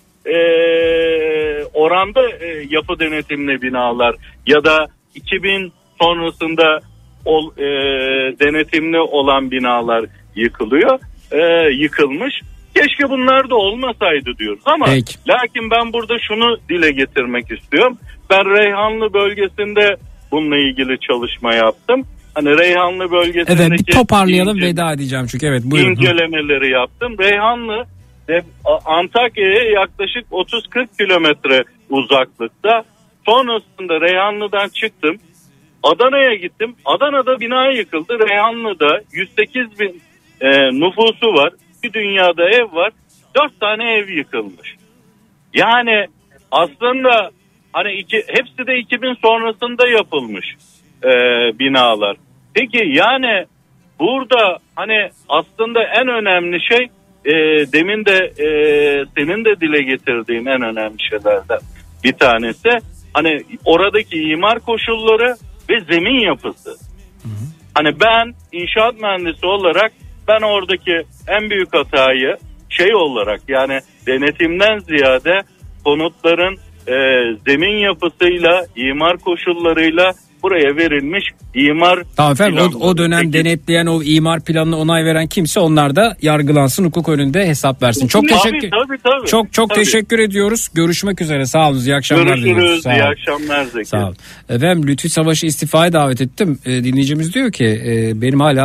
oranda yapı denetimli binalar ya da 2000 sonrasında denetimli olan binalar yıkılmış. Keşke bunlar da olmasaydı diyoruz ama lakin ben burada şunu dile getirmek istiyorum. Ben Reyhanlı bölgesinde bununla ilgili çalışma yaptım. Hani Reyhanlı bölgesindeki... Evet, bir toparlayalım, veda edeceğim çünkü. Evet, buyurun. İncelemeleri yaptım. Reyhanlı Antakya'ya yaklaşık 30-40 kilometre uzaklıkta. Sonrasında Reyhanlı'dan çıktım. Adana'ya gittim. Adana'da bina yıkıldı. Reyhanlı'da 108 bin nüfusu var. Bir dünyada ev var. 4 tane ev yıkılmış. Yani aslında hani hepsi de 2000 sonrasında yapılmış binalar. Peki yani burada hani aslında en önemli şey demin de senin de dile getirdiğin en önemli şeylerden bir tanesi hani oradaki imar koşulları ve zemin yapısı. Hani ben inşaat mühendisi olarak ben oradaki en büyük hatayı olarak yani denetimden ziyade konutların zemin yapısıyla, imar koşullarıyla buraya verilmiş imar. Tamam efendim, o dönem denetleyen, o imar planına onay veren kimse onlar da yargılansın, hukuk önünde hesap versin. Çok teşekkür. Tabii. Çok teşekkür ediyoruz. Görüşmek üzere. Sağ olun. İyi akşamlar diliyoruz. Görüşürüz. İyi akşamlar Zeki. Sağ olun. Efendim Lütfi Savaş'ı istifaya davet ettim. Dinleyicimiz diyor ki benim hala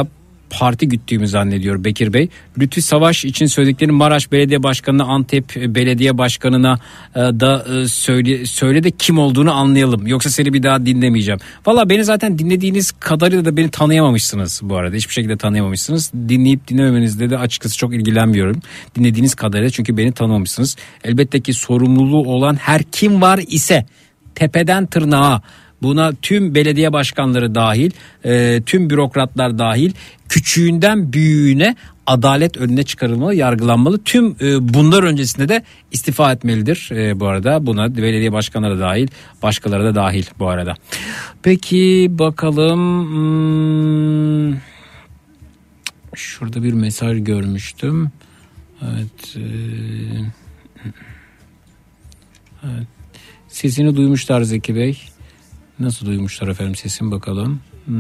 parti güttüğümü zannediyor Bekir Bey. Lütfi Savaş için söylediklerini Maraş Belediye Başkanı'na, Antep Belediye Başkanı'na da söyle de kim olduğunu anlayalım. Yoksa seni bir daha dinlemeyeceğim. Valla beni zaten dinlediğiniz kadarıyla da beni tanıyamamışsınız bu arada. Hiçbir şekilde tanıyamamışsınız. Dinleyip dinlememenizle de açıkçası çok ilgilenmiyorum. Dinlediğiniz kadarıyla, çünkü beni tanımamışsınız. Elbette ki sorumluluğu olan her kim var ise tepeden tırnağa, buna tüm belediye başkanları dahil, tüm bürokratlar dahil, küçüğünden büyüğüne adalet önüne çıkarılmalı, yargılanmalı. Tüm bunlar öncesinde de istifa etmelidir bu arada. Buna belediye başkanları dahil, başkaları da dahil bu arada. Peki bakalım. Şurada bir mesaj görmüştüm. Evet. Evet. Sesini duymuşlar Zeki Bey. Nasıl duymuşlar efendim sesini bakalım.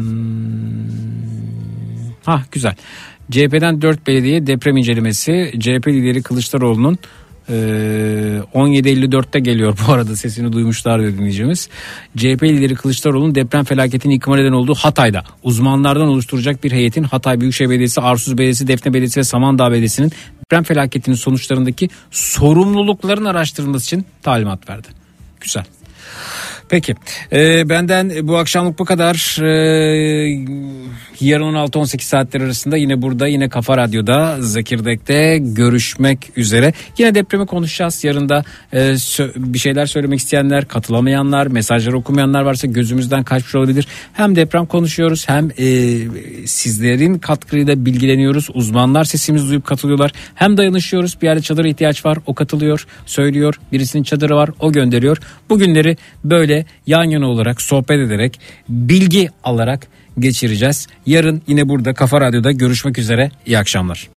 Güzel. CHP'den 4 belediye deprem incelemesi. CHP lideri Kılıçdaroğlu'nun 17.54'te geliyor bu arada, sesini duymuşlar dinleyicimiz. CHP lideri Kılıçdaroğlu'nun deprem felaketinin yıkıma neden olduğu Hatay'da uzmanlardan oluşturacak bir heyetin Hatay Büyükşehir Belediyesi, Arsuz Belediyesi, Defne Belediyesi ve Samandağ Belediyesi'nin deprem felaketinin sonuçlarındaki sorumlulukların araştırılması için talimat verdi. Güzel. Peki benden bu akşamlık bu kadar. Yarın 16-18 saatler arasında yine burada, yine Kafa Radyo'da Zekirdek'te görüşmek üzere. Yine depremi konuşacağız. Yarın da bir şeyler söylemek isteyenler, katılamayanlar, mesajları okumayanlar varsa gözümüzden kaçmış olabilir. Hem deprem konuşuyoruz, hem sizlerin katkıyla bilgileniyoruz. Uzmanlar sesimizi duyup katılıyorlar. Hem dayanışıyoruz. Bir yerde çadıra ihtiyaç var, o katılıyor, söylüyor. Birisinin çadırı var, o gönderiyor. Bugünleri böyle yan yana olarak, sohbet ederek, bilgi alarak geçireceğiz. Yarın yine burada Kafa Radyo'da görüşmek üzere. İyi akşamlar.